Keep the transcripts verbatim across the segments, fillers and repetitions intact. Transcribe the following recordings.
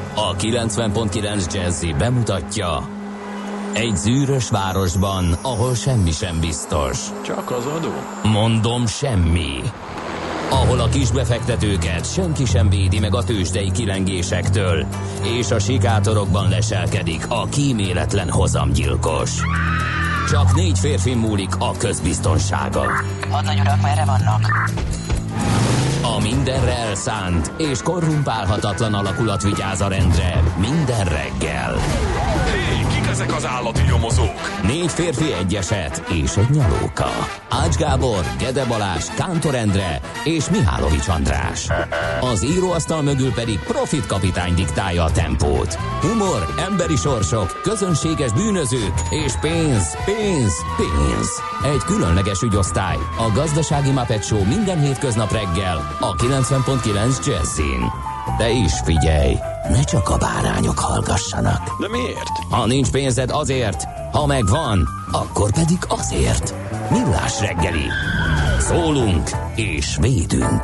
A kilencven pont kilenc Jazzy bemutatja: egy zűrös városban, ahol semmi sem biztos. Csak az adó? Mondom, semmi. Ahol a kisbefektetőket senki sem védi meg a tőzsdei kilengésektől, és a sikátorokban leselkedik a kíméletlen hozamgyilkos. Csak négy férfi múlik a közbiztonsága. Hadnagy urak, merre vannak? A mindenre elszánt és korrumpálhatatlan alakulat vigyáz a rendre minden reggel. Hé, kik ezek az állati nyomozók? Négy férfi, egy eset és egy nyalóka. Ács Gábor, Gede Balázs, Kántor Endre és Mihálovics András. Az íróasztal mögül pedig Profit kapitány diktálja a tempót. Humor, emberi sorsok, közönséges bűnözők és pénz, pénz, pénz. Egy különleges ügyosztály, a Gazdasági Muppet Show minden hétköznap reggel a kilencven pont kilenc Jazzin. De is figyelj, ne csak a bárányok hallgassanak. De miért? Ha nincs pénzed, azért, ha megvan, akkor pedig azért. Millás reggeli. Szólunk és védünk.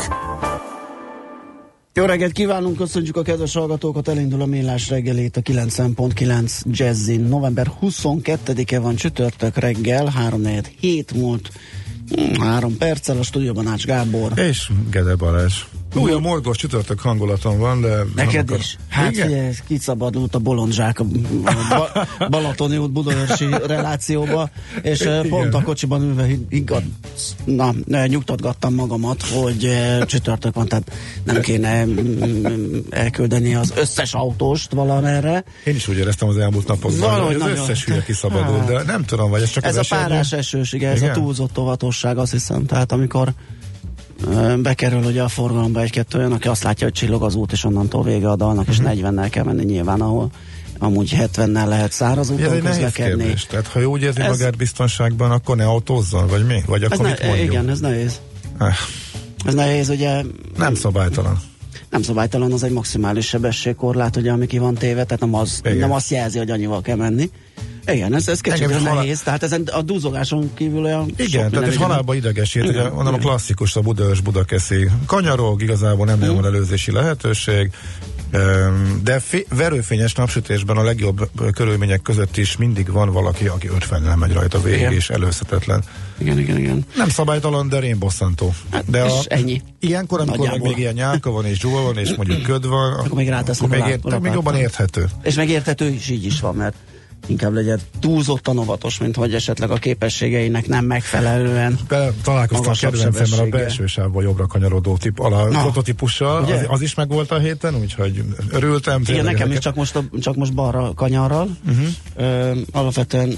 Jó reggelt kívánunk, köszönjük a kedves hallgatókat, elindul a Millás reggelét a kilencven pont kilenc Jazzin. November huszonkettedike van, csütörtök reggel, három negyven hét múlt három perccel, a stúdióban Ács Gábor. És Gede Balázs. Újabb morgós csütörtök hangulatom van, de... Neked akar... is? Hát figyelj, kiszabadult a bolondzsák a ba- Balatoni út Budaörsi relációba, és igen. Pont a kocsiban ülve igaz, na, nyugtatgattam magamat, hogy csütörtök van, tehát nem kéne elküldeni az összes autóst valamerre. Én is úgy éreztem az elmúlt napokban, hogy az nagyon... összes hülye kiszabadult, hát. De nem tudom, vagy ez csak ez az a párás esős, igen, ez a túlzott óvatosság, azt hiszem, tehát amikor bekerül ugye a forgalomba egy-kettő olyan, aki azt látja, hogy csillog az út, és onnantól vége a dalnak, uh-huh. és negyvennel kell menni nyilván, ahol amúgy hetvennel lehet száraz úton közlekedni. Tehát ha úgy érzi ez... magát biztonságban, akkor ne autózzon, vagy mi? Vagy akkor ne, mit mondjuk? Igen, ez nehéz. Eh. Ez nehéz, ugye... Nem szabálytalan. Nem szabálytalan, az egy maximális sebességkorlát, ugye, ami ki van téve, tehát nem, az, nem azt jelzi, hogy annyival kell menni. Igen, ez, ez kicsit nehéz, halál... tehát ezen a dúzogáson kívül olyan igen, tehát és halálba idegesít, igen, ugye mondom, a klasszikus a Budaörs Budakeszi kanyarog, igazából nem nagyon van előzési lehetőség, de fé- verőfényes napsütésben a legjobb körülmények között is mindig van valaki, aki ötvennel megy rajta végig, igen. És előzhetetlen. Igen, igen, igen. Nem szabálytalan, de rémbosszantó. Hát, de és a, ennyi. Ilyenkor, amikor meg még ilyen nyálka van, és zsúva van, és mondjuk köd van, akkor még ráteszem akkor még, ért, még jobban érthető. És megérthető is így is van, mert inkább legyen túlzottan óvatos, mint hogy esetleg a képességeinek nem megfelelően. Be, találkoztam a kedvencemmel a belső sávban jobbra kanyarodó tip, a prototípussal, az, az is megvolt a héten, úgyhogy örültem. Igen, nekem ezeket. is csak most, a, csak most balra kanyarral. Uh-huh. Ö, alapvetően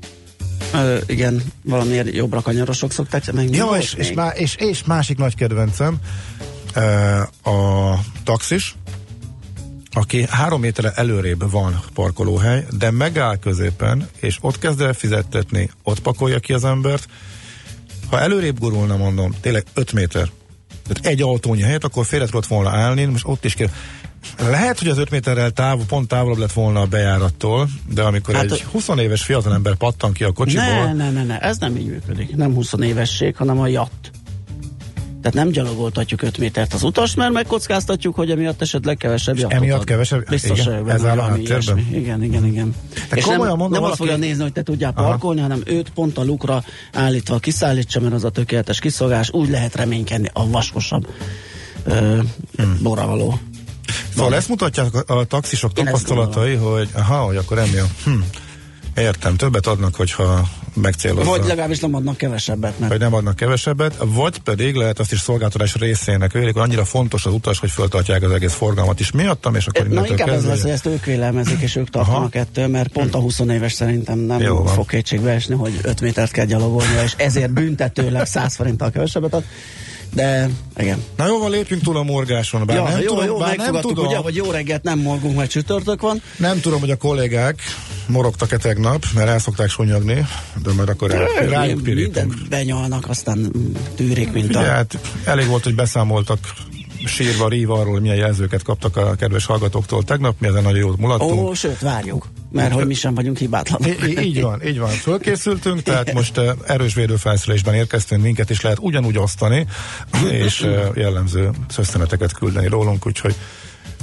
ö, igen, valamiért jobbra kanyarosok szokták. Meg ja, és, és, má, és, és másik nagy kedvencem ö, a taxis, aki három méterre előrébb van parkolóhely, de megáll középen, és ott kezd el fizettetni, ott pakolja ki az embert. Ha előrébb gurulna, mondom, tényleg öt méter, tehát egy autónyi helyet, akkor félre tudott volna állni, most ott is kell. Lehet, hogy az öt méterrel távol, pont távolabb lett volna a bejárattól, de amikor hát egy húsz éves fiatalember pattan ki a kocsiból... Ne, ne, ne, ne, ez nem így működik. Nem húsz évesség, hanem a jatt. Tehát nem gyalogoltatjuk öt métert az utas, mert megkockáztatjuk, hogy emiatt esetleg kevesebb jattot ad. Emiatt kevesebb? Biztos, igen, ez áll a háttérben? Igen, igen, igen. De és nem, mondom, nem azt fogja nézni, hogy te tudjál parkolni, aha. hanem őt pont a lukra állítva kiszállítsa, mert az a tökéletes kiszolgás, úgy lehet reménykedni a vaskosabb ö, hmm. boravaló. Szóval ezt mutatják a, a taxisok tapasztalatai, hogy aha, hogy akkor emiatt. Hm. Értem, többet adnak, hogyha megcélozza. Vagy legalábbis nem adnak kevesebbet. Mert... Vagy nem adnak kevesebbet, vagy pedig lehet azt is szolgáltatás részének vélik, hogy annyira fontos az utas, hogy föltartják az egész forgalmat is miattam, és akkor na inkább ez lesz, hogy ezt ők vélelmezik, és ők tartanak aha. ettől, mert pont a húsz éves szerintem nem jó, fog kétségbe esni, hogy öt métert kell gyalogolnia, és ezért büntetőleg száz forinttal kevesebbet ad. De igen. Na jó, van, lépjünk túl a morgáson. Bár ja, nem jó, tudom, jó, bár nem tudom, ugye, hogy jó reggelt nem morgunk, mert csütörtök van. Nem tudom, hogy a kollégák morogtak-e tegnap, mert el szokták sunyogni, de majd akkor el, rájuk pirítunk. Mindent benyalnak, aztán tűrik, mint ugye, a... hát elég volt, hogy beszámoltak sírva, ríva arról, milyen jelzőket kaptak a kedves hallgatóktól tegnap, mi ezen nagyon jót mulattunk. Ó, sőt, várjuk, mert hogy mi sem vagyunk hibátlanok. Í- így van, így van. Fölkészültünk, tehát most uh, erős védőfelszerelésben érkeztünk, minket is lehet ugyanúgy osztani, és uh, jellemző szösszeneteket küldeni rólunk, úgyhogy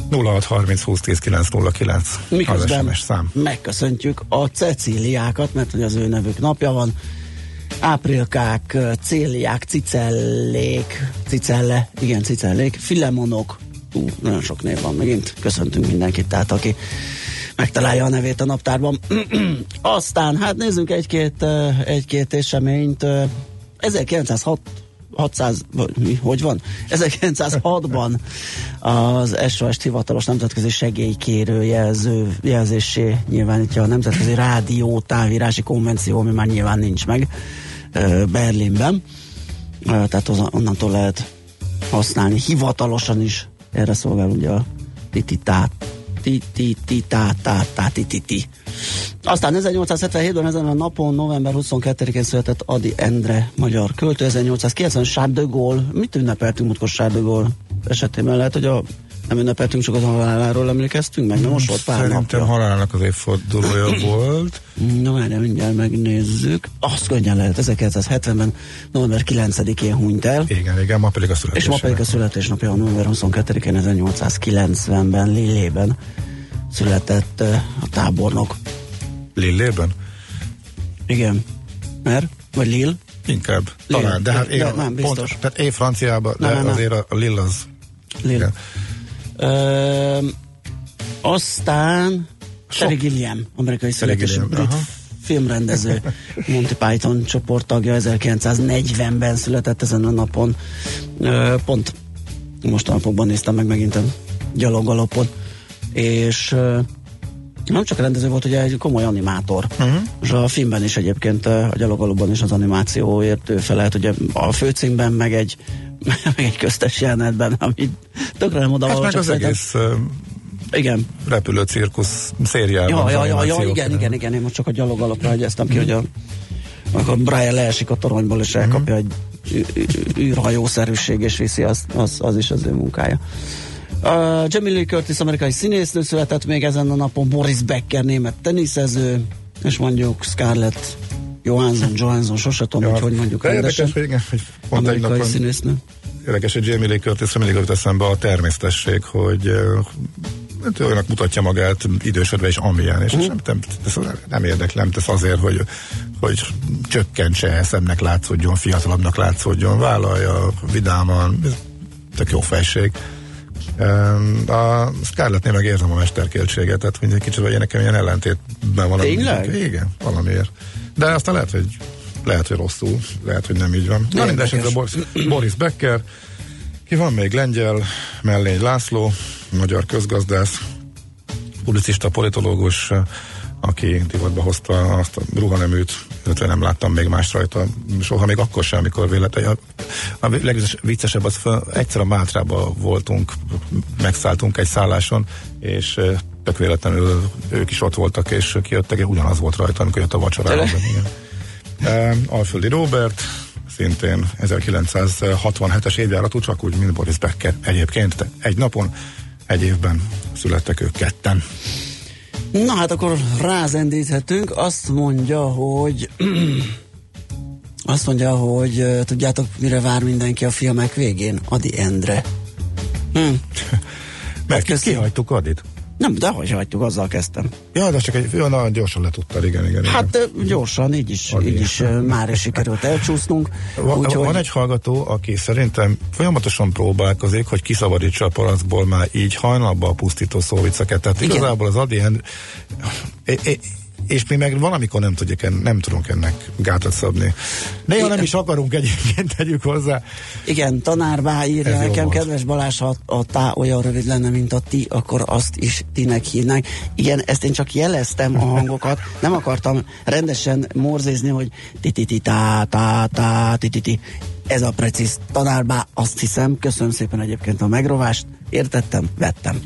nulla hat harminc húsz tíz kilenc nulla kilenc az es em es szám. Megköszöntjük a Cecíliákat, mert hogy az ő nevük napja van. Áprilkák, Céliák, Cicellék, Cicelle, igen, Cicellék, Filemonok, ú, nagyon sok név van megint. Köszöntünk mindenkit, tehát aki megtalálja a nevét a naptárban. Aztán, hát nézzünk egy-két, egy-két eseményt. ezerkilencszázhat hatszáz, hogy van? ezerkilencszázhatban az es o es hivatalos nemzetközi segélykérő jelző, jelzésé nyilvánítja a Nemzetközi Rádió Távírási Konvenció, ami már nyilván nincs meg Berlinben. Tehát onnantól lehet használni hivatalosan is. Erre szolgál ugye a tititát. Ti-ti-ti-tá-tá-tá-ti-ti-ti. Aztán ezernyolcszázhetvenhétben ezen a napon, november huszonkettedikén született Ady Endre, magyar költő. ezernyolcszázkilencven Charles de Gaulle. Mit ünnepeltünk múltkor Charles de Gaulle esetében? Lehet, hogy a, nem ünnepeltünk, csak az haláláról emlékeztünk meg, mert most volt pár Szerintem napja. halálának az évfordulója volt. Na, erre mindjárt megnézzük. Azt könnyen lehet, ezerkilencszázhetvenben november kilencedikén hunyt el. Igen, igen, ma pedig a születésnapja. És ma pedig a születésnapja, a november huszonkettedikén ezernyolcszázkilencvenben Lillében született uh, a tábornok. Lillében? Igen. Mert? Vagy Lille? Inkább. Lille. Talán, de hát de, én de nem, pont, biztos. tehát én franciában, de nem, nem, azért a Lille az. Lille. Ö, aztán Terry Gilliam, amerikai születésű brit filmrendező, Monty Python csoporttagja, ezerkilencszáznegyvenben született ezen a napon. Ö, pont most a napokban néztem meg megint a gyalogalapot, és ö, nem csak rendező volt, ugye egy komoly animátor. Uh-huh. És a filmben is egyébként, a gyalogalóban is az animációért ő felelt, ugye a főcímben, meg egy, meg egy köztes jelenetben, ami tökre nem oda hát való. meg az egész uh, igen. repülő cirkusz szériában. Ja, ja, ja, ja, igen, igen, igen, én most csak a gyalogalapra hegyeztem ki, uh-huh. hogy a, akkor Brian leesik a toronyból, és elkapja uh-huh. egy űrhajószerűség, és viszi, az, az, az is az ő munkája. Uh, Jamie Lee Curtis, amerikai színésznő született még ezen a napon, Boris Becker, német teniszező, és mondjuk Scarlett Johansson, Johansson, sosem tudom, hogy hogy mondjuk rendesen. Érdekes, hogy pont egy napon színésznő. Érdekes, hogy Jamie Lee Curtisre mindig jut eszembe a természetesség, hogy uh, olyanak mutatja magát idősödve is amilyen, és uh-huh. nem, nem, nem érdeklem, tesz azért, hogy, hogy csökkentse, szebbnek látszódjon, fiatalabbnak látszódjon, vállalja vidáman, tök jó fejség. A Scarlettnél meg érzem a mesterkéltséget, tehát mindig kicsit vagy nekem ilyen ellentétben van. Tényleg? Igen, valamiért. De aztán lehet, hogy lehet, hogy rosszul, lehet, hogy nem így van. Na, mindesetre Boris, Boris Becker, ki van még? Lengyel Mellény László, magyar közgazdász, publicista, politológus, aki divatba hozta azt a ruhaneműt, illetve nem láttam még más rajta, soha még akkor sem, amikor véletlenül. A legviccesebb az, fel, egyszer a Mátrában voltunk, megszálltunk egy szálláson, és tök véletlenül ők is ott voltak, és kijöttek, ugyanaz volt rajta, amikor jött a vacsorára. Alföldi Róbert, szintén ezerkilencszázhatvanhetes évjáratú, csak úgy, mint Boris Becker. Egyébként egy napon, egy évben születtek ők ketten. Na hát akkor rázendíthetünk, azt mondja, hogy azt mondja, hogy tudjátok, mire vár mindenki a filmek végén? Ady Endre. Hm. Mert hát kihagytuk Adit. Nem, de hogy hagytuk, azzal kezdtem. Ja, de csak egy, jó, nagyon gyorsan letudtad, igen, igen. Hát igen. gyorsan, így is, így is már is sikerült elcsúsznunk. Va, úgy, van hogy... egy hallgató, aki szerintem folyamatosan próbálkozik, hogy kiszabadítsa a palackból már így hajnalba a pusztító szóvicceket. Tehát igen. Igazából az Ady Endre... És mi meg valamikor nem tudjuk, nem tudunk ennek gátat szabni. De ha nem is akarunk, egyébként tegyük hozzá. Igen, tanárbá írja nekem, kedves Balázs, ha a tá olyan rövid lenne, mint a ti, akkor azt is tinek hívnák. Igen, ezt én csak jeleztem a hangokat, nem akartam rendesen morzézni, hogy ti-ti-ti, tá-tá-tá, ti-ti-ti. Ez a precíz tanárbá, azt hiszem. Köszönöm szépen egyébként a megrovást. Értettem, vettem.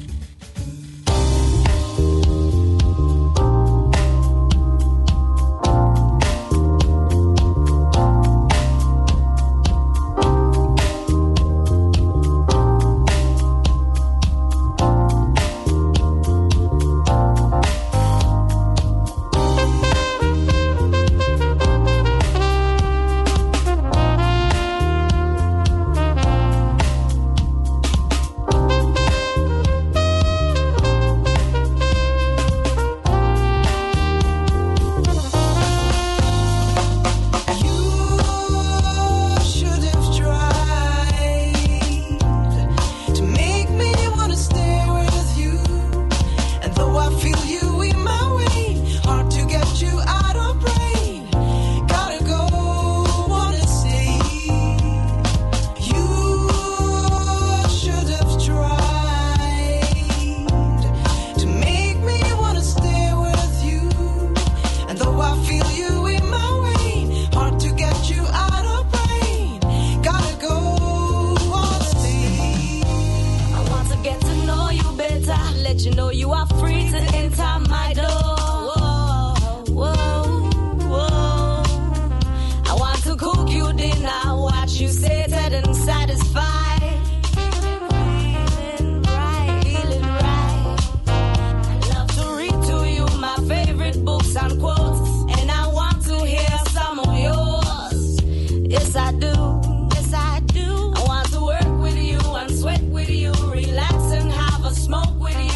you know you are free to enter my door. Whoa, whoa, whoa. I want to cook you dinner, watch you sated and satisfied. Feeling right, feeling right. I love to read to you my favorite books and quotes, and I want to hear some of yours. Yes, I do. Yes, I do. I want to work with you and sweat with you, relax and have a smoke with you.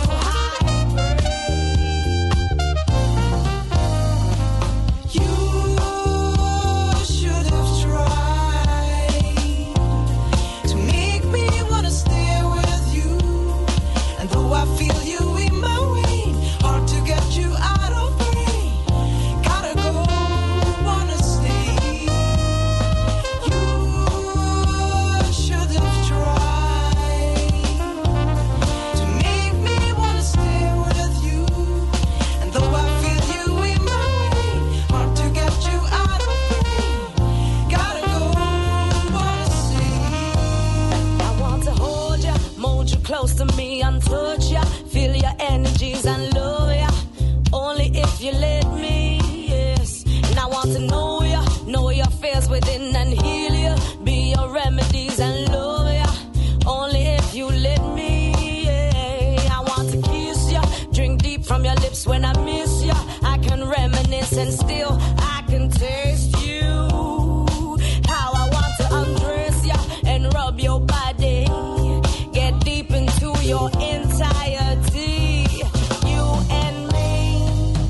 Close to me and touch ya, feel your energies and love ya, only if you let me, yes. And I want to know ya, know your fears within and heal ya, be your remedies and love ya, only if you let me, yeah. I want to kiss ya, drink deep from your lips when I miss ya, I can reminisce and still I can taste you, how I want to undress ya and rub your body, your entirety, you and me.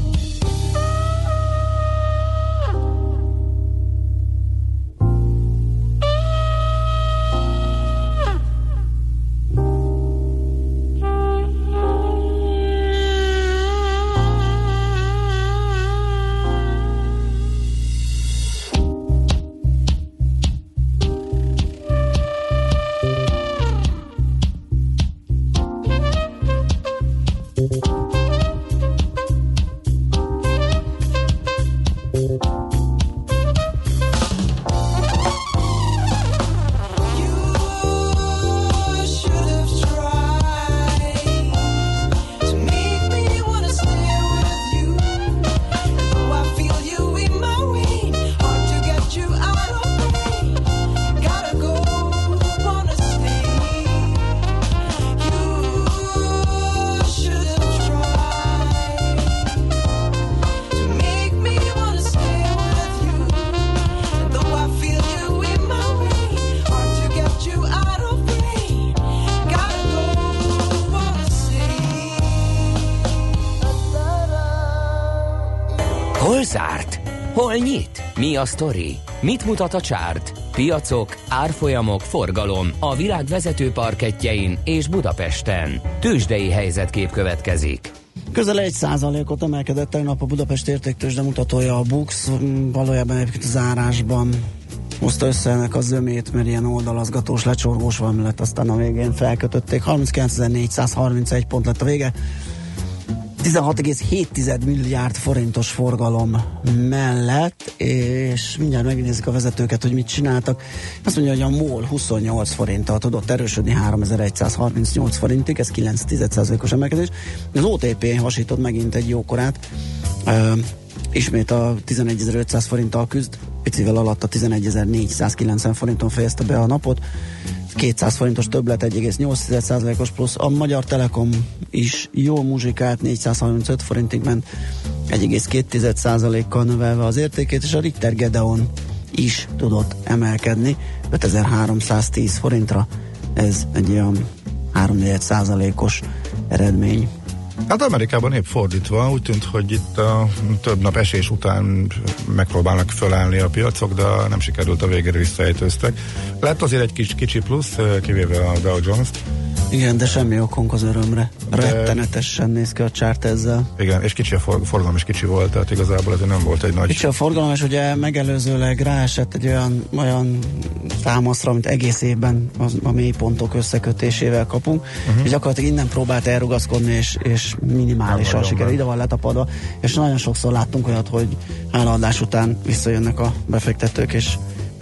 Hol zárt? Hol nyit? Mi a sztori? Mit mutat a csárt? Piacok, árfolyamok, forgalom a világ vezető parkettjein és Budapesten. Tőzsdei helyzetkép következik. Közel egy százalékot emelkedett tegnap a Budapest értéktőzsde mutatója, a BUX, valójában egyébként a zárásban hozta össze ennek a zömét, mert ilyen oldalazgatós, lecsorgós valami lett, aztán a végén felkötötték. harminckilencezer-négyszázharmincegy pont lett a vége. tizenhat egész hét milliárd forintos forgalom mellett, és mindjárt megnézzük a vezetőket, hogy mit csináltak. Azt mondja, hogy a MOL huszonnyolc forinttal tudott erősödni háromezer-egyszázharmincnyolc forintig, ez kilenc egész egy százalékos emelkedés. Az o té pé hasított megint egy jókorát, uh, ismét a tizenegyezer-ötszáz forinttal küzd, picivel alatt a tizenegyezer-négyszázkilencven forinton fejezte be a napot, kétszáz forintos többlet, egy egész nyolc százalékos plusz. A Magyar Telekom is jól muzsikált, négyszázharmincöt forintig ment, egy egész két százalékkal növelve az értékét, és a Richter Gedeon is tudott emelkedni ötezer-háromszáztíz forintra, ez egy olyan három egész négy százalékos eredmény. Hát Amerikában épp fordítva, úgy tűnt, hogy itt a több nap esés után megpróbálnak fölállni a piacok, de nem sikerült, a végére visszaejtőztek. Lett azért egy kis, kicsi plusz, kivéve a Dow Jones-t. Igen, de semmi okunk az örömre. De... rettenetesen néz ki a csárt ezzel. Igen, és kicsi a for- forgalom is kicsi volt, tehát igazából azért nem volt egy nagy... Kicsi a forgalom, és ugye megelőzőleg ráesett egy olyan, olyan támaszra, amit egész évben az, a mélypontok összekötésével kapunk, uh-huh. és gyakorlatilag innen próbált elrugaszkodni, és, és minimálisan siker, ide van letapadva, és nagyon sokszor láttunk olyat, hogy hálaadás után visszajönnek a befektetők, és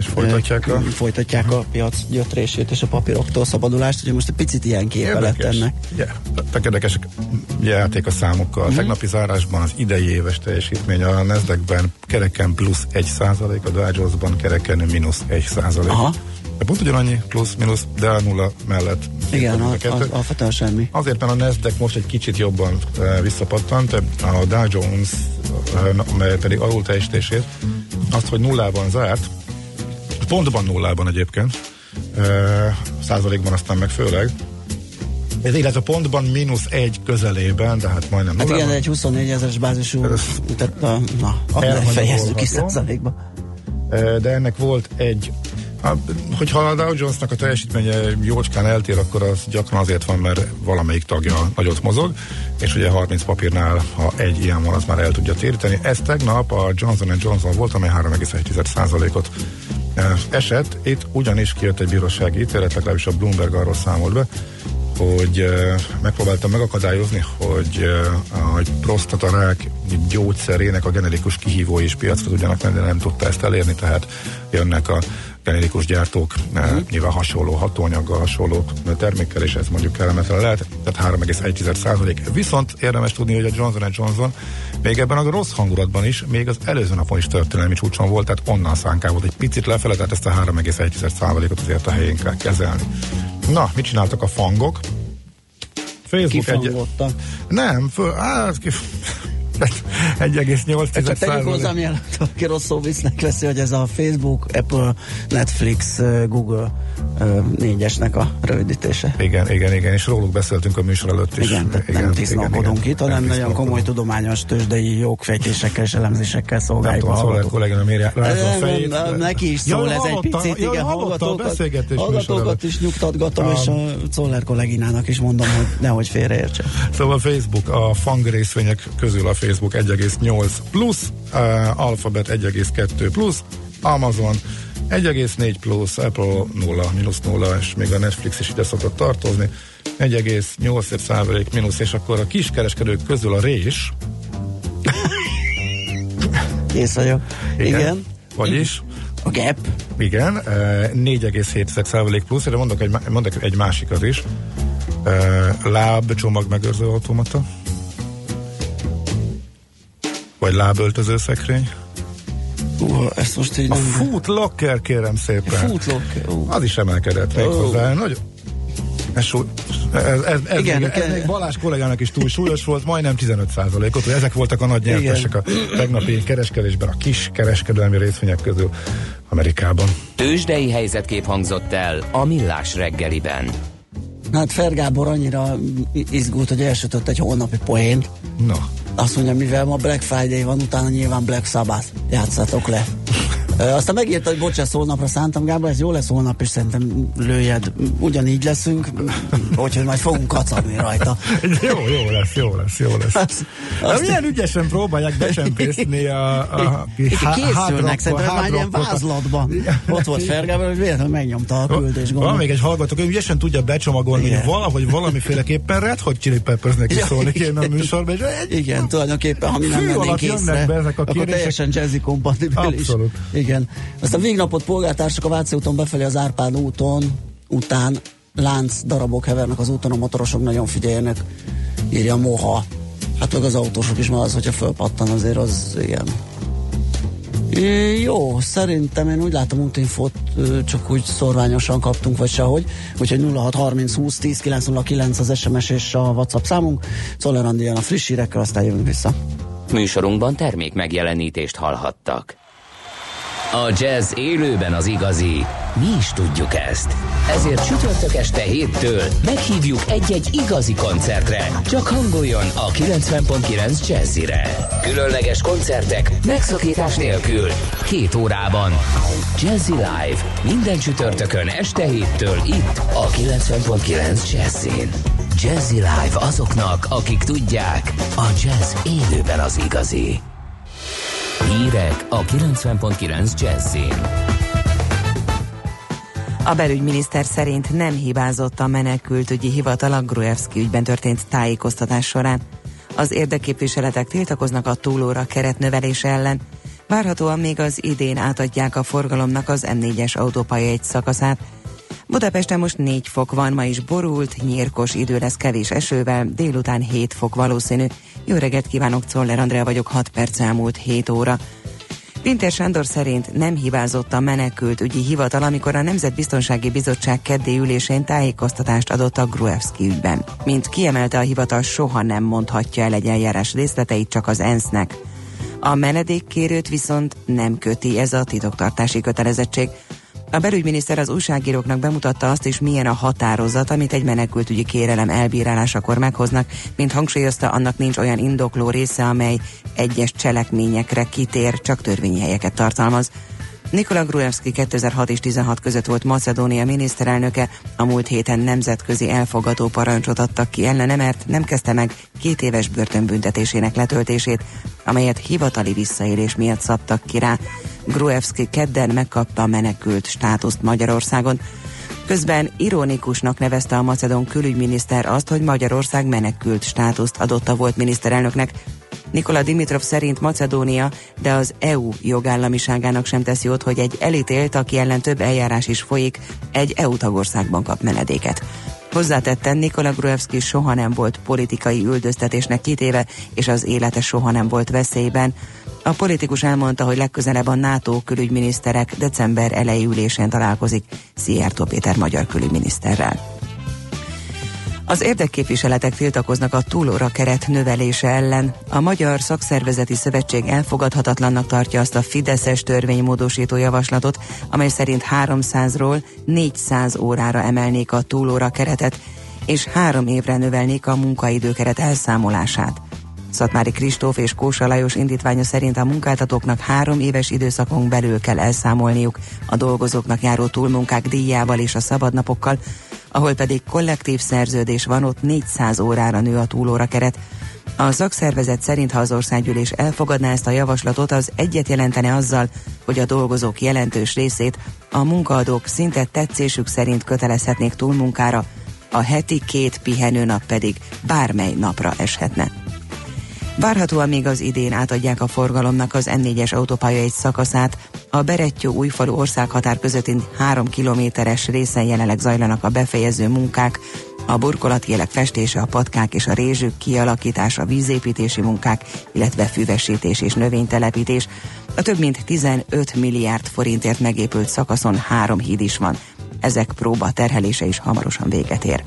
És folytatják a... folytatják a piac gyötrését és a papíroktól szabadulást, ugye most egy picit ilyen képe lett ennek. Yeah. Érdekes játék a számokkal. Uh-huh. Tegnapi zárásban az idei éves teljesítmény a Nasdaqben kereken plusz egy százalék, a Dow Jonesban kereken mínusz egy százalék. Aha. De pont ugyanannyi plusz, mínusz, de a nulla mellett. Igen, alapvetően semmi. Azért, mert a Nasdaq most egy kicsit jobban e, visszapattant, a Dow Jones e, pedig alul teljesítését, azt, hogy nullában zárt, pontban nullában egyébként, e, százalékban aztán meg főleg, ez illetve pontban mínusz egy közelében, de hát majdnem hát nullában. Igen, egy huszonnégy ezeres bázisú, tehát a, na, annál fejezzük ki százalékba. E, de ennek volt egy hogyha a Dow Jonesnak a teljesítménye jócskán eltér, akkor az gyakran azért van, mert valamelyik tagja nagyot mozog, és ugye harminc papírnál, ha egy ilyen van, az már el tudja téríteni. Ez tegnap a Johnson and Johnson volt, amely három egész egy százalékot esett. Itt ugyanis kijött egy bírósági ítélet, legalábbis a Bloomberg arról számolt be, hogy uh, megpróbáltam megakadályozni, hogy uh, a prostatarák gyógyszerének a generikus kihívói is piacra tudjanak menni, de nem tudta ezt elérni, tehát jönnek a generikus gyártók, uh-huh. uh, nyilván hasonló hatóanyaggal, hasonló termékkel, és ez mondjuk kellemetlen lehet, tehát három egész egy százalék. Viszont érdemes tudni, hogy a Johnson and Johnson még ebben a rossz hangulatban is, még az előző napon is történelmi csúcson volt, tehát onnan szánkálódott egy picit lefele, tehát ezt a három egész egy százalékot azért a helyén kell kezelni. Na, mit csináltak a fangok? Facebook egy... Nem, föl... Á, egy egész nyolc százalék. Csak tegyük hozzá, mielőtt aki rossz szó visznek veszi, hogy ez a Facebook, Apple, Netflix, Google négyesnek a rövidítése. Igen, igen, igen, és róluk beszéltünk a műsor előtt is. Igen, tehát igen, nem tisztálkodunk itt, hanem nagyon komoly tudományos tőzsdei jogfejtésekkel és elemzésekkel szolgáljuk a hallgatók. Kollégám érje rázza a fejét. Neki is szól ez egy picit, igen, hallgatókat is nyugtatgatom, és a Czoller kolléginának is mondom, hogy nehogy félreértse. Szóval Facebook, a fang részvények közül a Facebook egy egész nyolc plusz, uh, Alphabet egy egész kettő plusz, Amazon egy egész négy plusz, Apple nulla, mínusz nulla, és még a Netflix is ide szokott tartozni, egy egész nyolc százalék mínusz, és akkor a kiskereskedők közül a rés. Kész vagyok. Igen. Igen. Vagyis? A Gap. Igen, uh, négy egész hét százalék plusz, de mondok egy, mondok egy másikat is. Uh, láb csomag megőrző automata. Vagy láböltöző szekrény. Uh, ezt most így a nem... Foot Locker, kérem szépen. Foot Locker. Uh. Az is emelkedett még uh. hozzá. Nagyon... Ez, ez, ez, ez, igen, még, ez még Balázs kollégának is túl súlyos volt, majdnem tizenöt százalékot, hogy ezek voltak a nagy nyertesek a tegnapi kereskedésben, a kis kereskedelmi részvények közül Amerikában. Tőzsdei helyzetkép hangzott el a Millás reggeliben. Hát Fer Gábor annyira izgult, hogy elsütött egy holnapi poént. Na. Azt mondja, mivel ma Black Friday van, utána nyilván Black Sabbath. Játszátok le. Ö, aztán megírta, hogy bocsász, holnapra szántam, Gábor, ez jó lesz holnap, és szerintem lőjed, ugyanígy leszünk, úgyhogy majd fogunk kacagni rajta. Jó, jó lesz, jó lesz, jó lesz. Azt, azt milyen ügyesen próbálják becsempészni a, a há, készülnek, szerintem már ilyen vázlatban. Ott volt Fer Gábor, hogy véletlenül megnyomta a küldés gombot. Van még egy hallgató, hogy ügyesen tudja becsomagolni, igen, hogy valahogy valamiféleképpen Red Hot Chili Peppersnek is szólni kéne a műsorban. Igen, tulajdonképpen, ha mi nem mennénk észre, akkor teljesen jazzy kompatibilis. Igen. Aztán végnapot polgártársak a Váci úton befelé az Árpád úton után lánc darabok hevernek az úton, a motorosok nagyon figyeljenek, írja Moha. Hát meg az autósok is, mert az, hogyha fölpattan, azért az igen. É, jó, szerintem én úgy látom, útinfót csak úgy szorványosan kaptunk, vagy sehogy, úgyhogy nulla hat harminc húsz tíz kilenc nulla kilenc az es em es és a WhatsApp számunk. Czoller Andi jön a friss hírekkel, aztán jövünk vissza. Műsorunkban termék megjelenítést hallhattak. A jazz élőben az igazi. Mi is tudjuk ezt. Ezért csütörtök este héttől meghívjuk egy-egy igazi koncertre. Csak hangoljon a kilencven pont kilenc Jazzire. Különleges koncertek megszakítás nélkül. Két órában. Jazzy Live. Minden csütörtökön este héttől itt a kilencven pont kilenc Jazzin. Jazzy Live azoknak, akik tudják, a jazz élőben az igazi. Hírek a kilencven pont kilenc Jazzin. A belügyminiszter szerint nem hibázott a menekültügyi hivatal a Gruevski ügyben történt tájékoztatás során. Az érdekképviseletek tiltakoznak a túlóra keretnövelése ellen. Várhatóan még az idén átadják a forgalomnak az em négyes autópálya egy szakaszát. Budapesten most négy fok van, ma is borult, nyírkos idő lesz kevés esővel, délután hét fok valószínű. Jó reggelt kívánok, Czoller Andrea vagyok, hat perc elmúlt hét óra. Pintér Sándor szerint nem hibázott a menekültügyi hivatal, amikor a Nemzetbiztonsági Bizottság keddi ülésén tájékoztatást adott a Gruevski ügyben. Mint kiemelte, a hivatal soha nem mondhatja el egy eljárás részleteit, csak az ENSZ-nek. A menedékkérőt viszont nem köti ez a titoktartási kötelezettség. A belügyminiszter az újságíróknak bemutatta azt is, milyen a határozat, amit egy menekültügyi kérelem elbírálásakor meghoznak, mint hangsúlyozta, annak nincs olyan indokló része, amely egyes cselekményekre kitér, csak törvényi helyeket tartalmaz. Nikola Gruevski kétezer-hat és tizenhat között volt Macedónia miniszterelnöke, a múlt héten nemzetközi elfogató parancsot adtak ki ellene, mert nem kezdte meg két éves börtönbüntetésének letöltését, amelyet hivatali visszaélés miatt szabtak ki rá. Gruevski kedden megkapta a menekült státuszt Magyarországon. Közben ironikusnak nevezte a macedón külügyminiszter azt, hogy Magyarország menekült státuszt adott a volt miniszterelnöknek. Nikola Dimitrov szerint Macedónia, de az é u jogállamiságának sem teszi jót, hogy egy elítélt, aki ellen több eljárás is folyik, egy é u tagországban kap menedéket. Hozzátetten, Nikola Gruevski soha nem volt politikai üldöztetésnek kitéve, és az élete soha nem volt veszélyben. A politikus elmondta, hogy legközelebb a NATO külügyminiszterek december elejé ülésén találkozik Szijjártó Péter magyar külügyminiszterrel. Az érdekképviseletek tiltakoznak a túlóra keret növelése ellen. A Magyar Szakszervezeti Szövetség elfogadhatatlannak tartja azt a fideszes törvénymódosító javaslatot, amely szerint háromszázról négyszáz órára emelnék a túlóra keretet, és három évre növelnék a munkaidőkeret elszámolását. Szatmári Kristóf és Kósa Lajos indítványa szerint a munkáltatóknak három éves időszakon belül kell elszámolniuk a dolgozóknak járó túlmunkák díjával és a szabadnapokkal, ahol pedig kollektív szerződés van, ott négyszáz órára nő a túlóra keret. A szakszervezet szerint, ha az országgyűlés elfogadná ezt a javaslatot, az egyet jelentene azzal, hogy a dolgozók jelentős részét a munkaadók szinte tetszésük szerint kötelezhetnék túlmunkára, a heti két pihenőnap pedig bármely napra eshetne. Várhatóan még az idén átadják a forgalomnak az em négyes autópálya egy szakaszát. A Berettyó-Újfalu országhatár közötti három kilométeres részen jelenleg zajlanak a befejező munkák, a burkolatjelek festése, a patkák és a rézsük kialakítása, vízépítési munkák, illetve füvesítés és növénytelepítés. A több mint tizenöt milliárd forintért megépült szakaszon három híd is van. Ezek próba terhelése is hamarosan véget ér.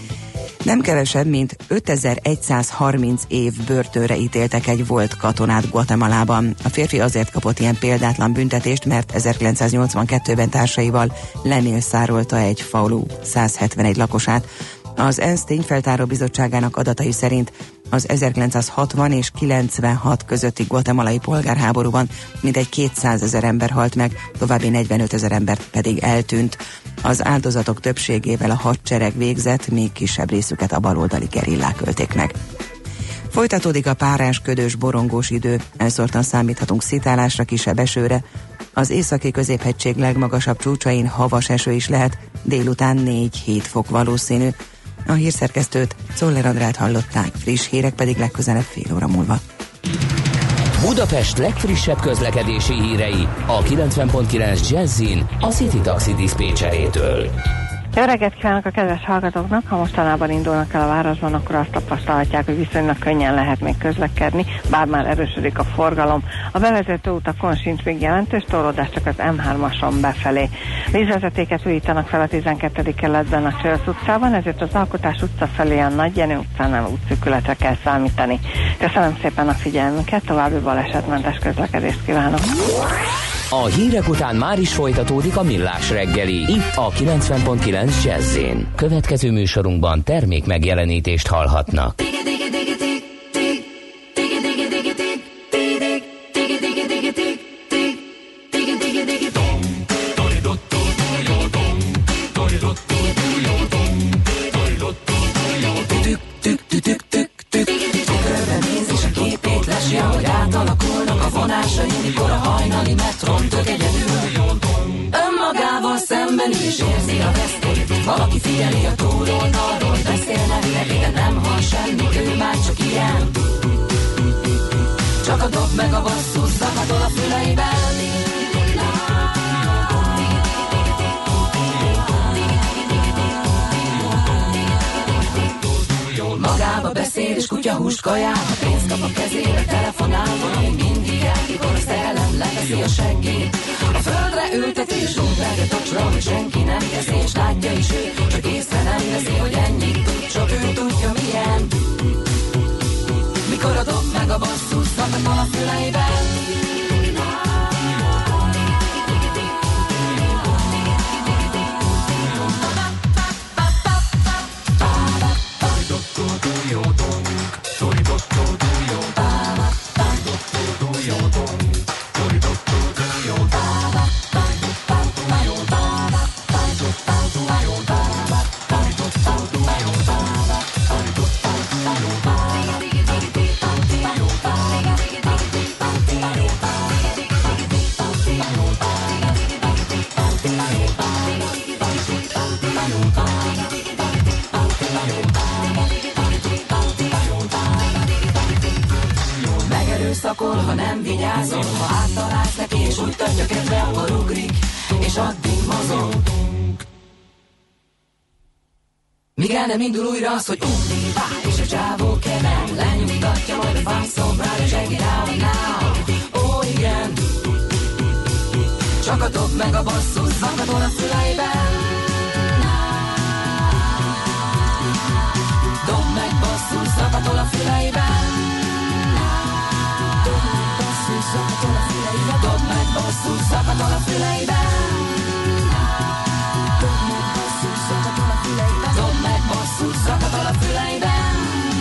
Nem kevesebb, mint ötezer-egyszázharminc év börtönre ítéltek egy volt katonát Guatemalában. A férfi azért kapott ilyen példátlan büntetést, mert ezerkilencszáznyolcvankettőben társaival lemészárolta egy falu száz hetvenegy lakosát. Az ENSZ Tényfeltáró Bizottságának adatai szerint az ezerkilencszázhatvan és kilencvenhat közötti guatemalai polgárháborúban mintegy kétszázezer ember halt meg, további negyvenötezer ember pedig eltűnt. Az áldozatok többségével a hadsereg végzett, még kisebb részüket a baloldali gerillák ölték meg. Folytatódik a párás, ködös, borongós idő, elszórtan számíthatunk szitálásra, kisebb esőre. Az északi középhegység legmagasabb csúcsain havas eső is lehet, délután négy-hét fok valószínű. A hírszerkesztőt, Czoller Andrát hallották, friss hírek pedig legközelebb fél óra múlva. Budapest legfrissebb közlekedési hírei a kilencven pont kilenc Jazzin a City Taxi diszpécserétől. Jó reggelt kívánok a kedves hallgatóknak! Ha mostanában indulnak el a városban, akkor azt tapasztalhatják, hogy viszonylag könnyen lehet még közlekedni, bár már erősödik a forgalom. A bevezető utakon sincs még jelentős torlódás, csak az em hármason befelé. Vízvezetéket újítanak fel a tizenkettedik kerületben a Csörsz utcában, ezért az Alkotás utca felé a Nagy Jenő utcánál útszűkületre kell számítani. Köszönöm szépen a figyelmünket, további balesetmentes közlekedést kívánok! A hírek után már is folytatódik a Millás reggeli, itt a kilencven pont kilenc Jazz-én. Következő műsorunkban termék megjelenítést hallhatnak. Hogy átalakulnak a vonásai, mikor a hajnali metron tök egyedül. Önmagával szemben is érzi a vesztét. Valaki figyeli a túloldalról, beszélnek neki, de nem hall semmit, ő már csak ilyen. Csak a dob meg a basszus zakatol a füleibe. Magába beszél és kutyahúst kajál, ha pénzt kap a kezére, telefonál, van, ami mindig el, mikor a szellem leveszi a seggét. A földre ülteti és rúgdágat a csra, hogy senki nem teszi, és látja is ő, csak észre nem veszi, hogy ennyit tud, csak ő tudja milyen. Mikor a dob meg a basszus, szakadol a füleiben. Megerőszakol, ha nem vigyázol, ha áttalálsz neki, és úgy tartja kedve, akkor ugrik, és addig mozog. Míg el nem indul újra az, hogy ugri, vár, és a csávó keven, lenyugtatja, majd a fászomrál, és egész down now. Ó, igen, csak a dob meg a basszus, zakatol a füleiben. Dob meg basszus, zakatol a füleiben. Dob meg basszus, zakatol a füleiben. Dob meg basszus, zakatol a füleiben.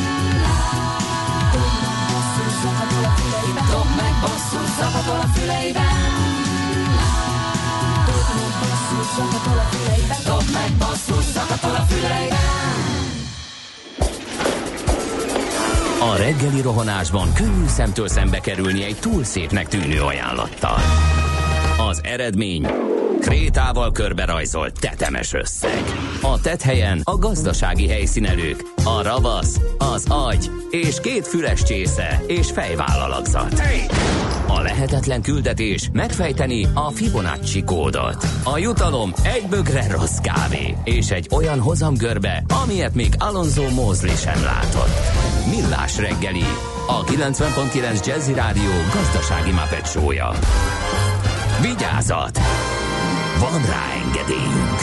Dob meg basszus, zakatol a füleiben. Dob meg basszus, zakatol a füleiben. A reggeli rohanásban könnyű szemtől szembe kerülni egy túl szépnek tűnő ajánlattal. Az eredmény krétával körberajzolt tetemes összeg. A tetthelyen a gazdasági helyszínelők, a ravasz, az agy és két füles csésze és fejvállalakzat. A lehetetlen küldetés megfejteni a Fibonacci kódot. A jutalom egy bögre rossz kávé és egy olyan hozamgörbe, amilyet még Alonso Mosley sem látott. Millás reggeli, a kilencven pont kilenc Jazzy Rádió gazdasági Muppet show-ja. Vigyázat! Van rá engedélyünk!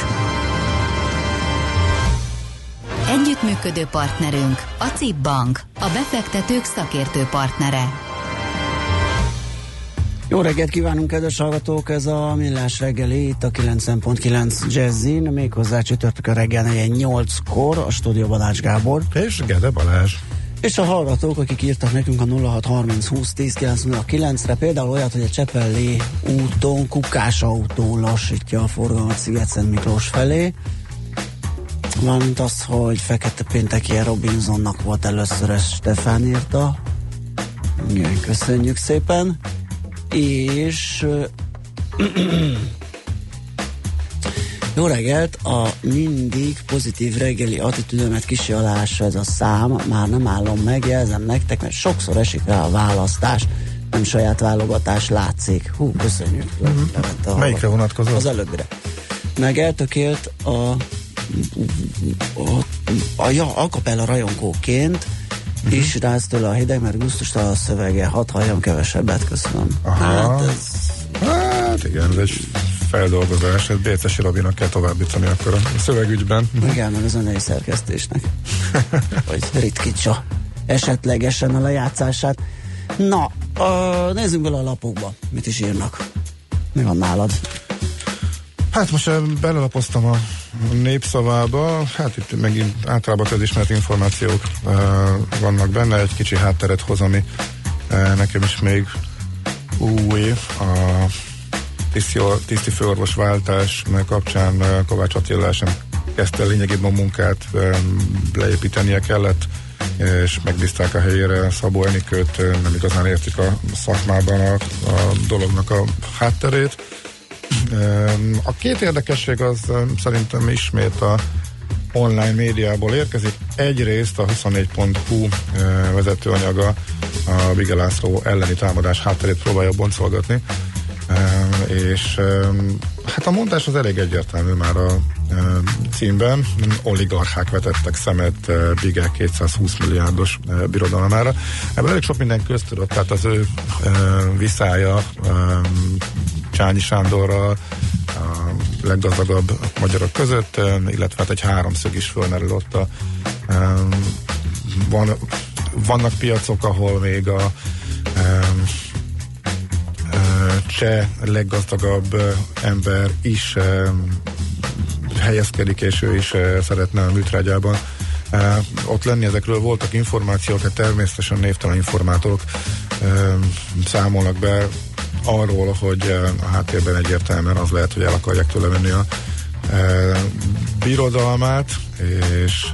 Együttműködő partnerünk a cé i bé Bank, a befektetők szakértő partnere. Jó reggelt kívánunk, kedves hallgatók! Ez a Millás reggeli, itt a kilencven pont kilenc Jazzin, méghozzá csütörtök a reggel nyolckor, a stúdióban Ács Gábor. És Gede Balázs. És a hallgatók, akik írtak nekünk a nulla hat harminc húsz tíz kilenc nulla kilencre, például olyat, hogy a Csepelli úton Kukás autó lassítja a forgalmat Sziget-Szent Miklós felé. Valamint az, hogy Fekete pénteki Robinsonnak volt először, ez Stefán írta. Igen, köszönjük szépen. És jó reggelt, a mindig pozitív reggeli attitűdömet kicsi alása ez a szám, már nem állom meg, jelzem nektek, mert sokszor esik rá a választás, nem saját válogatás látszik. Hú, köszönjük. Uh-huh. Melyikre vonatkozott? Az előbbire. Meg eltökélt a a, a, ja, a kapella rajongóként uh-huh. is rász tőle a hideg, mert gusztustalan a szövege, hadd halljam kevesebbet, köszönöm. Aha. Hát ez... Hát igen, ez egy feldolgozás, ez Bécesi Robinak kell továbbítani akkor a szövegügyben. Igen, meg a zenei szerkesztésnek. Vagy ritkítsa esetlegesen a lejátszását. Na, uh, nézzünk bele a lapokba, mit is írnak. Mi van nálad? Hát most belelapoztam a Népszavába, hát itt megint általában közismert információk uh, vannak benne, egy kicsi hátteret hoz, ami uh, nekem is még új. A tiszti, tiszti főorvos váltás kapcsán uh, Kovács Attila sem kezdte lényegében a munkát, uh, leépítenie kellett, és megbízták a helyére Szabó Enikőt, uh, nem igazán értik a szakmában a, a dolognak a hátterét. A két érdekesség az szerintem ismét a online médiából érkezik. Egyrészt a huszonnégy pont hu vezetőanyaga a Bige László elleni támadás hátterét próbálja boncolgatni, és hát a mondás az elég egyértelmű már a címben. Oligarchák vetettek szemet Bige kétszázhúsz milliárdos birodalmára. Ebből elég sok minden köztudott, tehát az ő viszája Csányi Sándorral a leggazdagabb magyarok között, illetve hát egy háromszög is fölmerül ott a, van, vannak piacok, ahol még a cseh leggazdagabb ember is helyezkedik, és ő is szeretne a műtrágyában ott lenni. Ezekről voltak információk, hát természetesen névtelen informátorok számolnak be arról, hogy a háttérben egyértelműen az lehet, hogy el akarják tőle venni a birodalmát, és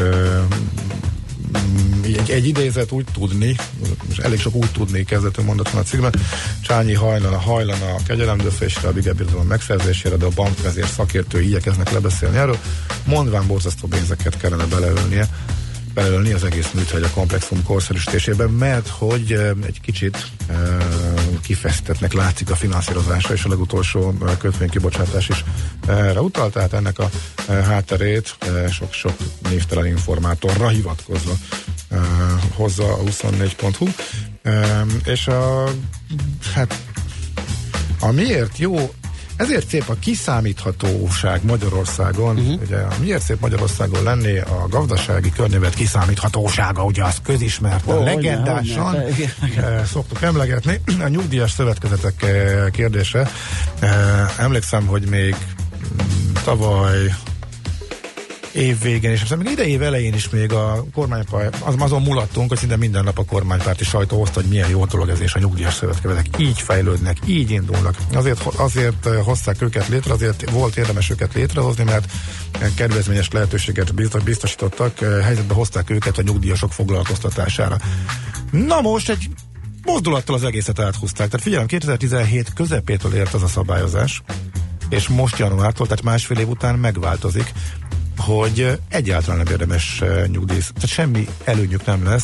Egy, egy idézet úgy tudni, és elég sok úgy tudni kezdető mondat van a cikkben, Csányi hajlana, hajlana a kegyelemdöfésre, a Bige birodalom megszerzésére, de a bankvezér szakértői igyekeznek lebeszélni erről, mondván borzasztó pénzeket kellene beleölnie, beleölni az egész műtrágya komplexum korszerűsítésében, mert hogy egy kicsit e, kifeszítettnek látszik a finanszírozása, és a legutolsó kötvénykibocsátás is erre utal, tehát ennek a e, hátterét e, sok-sok névtelen informátorra hivatkozva e, hozza a huszonnégy pont hu, e, és a hát a miért jó ezért szép a kiszámíthatóság Magyarországon, uh-huh. ugye miért szép Magyarországon lenni a gazdasági környezet kiszámíthatósága, ugye az közismert, oh, legendásan eh, szoktuk emlegetni. A nyugdíjas szövetkezetek eh, kérdése. Eh, emlékszem, hogy még tavaly év végén, és még idei év elején is még a kormánypárt, az, azon mulattunk, hogy szinte minden nap a kormánypárti sajtó hozta, hogy milyen jó dolog ez, és a nyugdíjas szövetkezetek így fejlődnek, így indulnak. Azért, azért hozták őket létre, azért volt érdemes őket létrehozni, mert kedvezményes lehetőséget biztosítottak, helyzetbe hozták őket a nyugdíjasok foglalkoztatására. Na most egy mozdulattal az egészet áthúzták. Tehát figyelem, kétezer-tizenhét közepétől ért az a szabályozás, és most januártól, tehát másfél év után megváltozik, hogy egyáltalán nem érdemes uh, nyugdíj, tehát semmi előnyük nem lesz,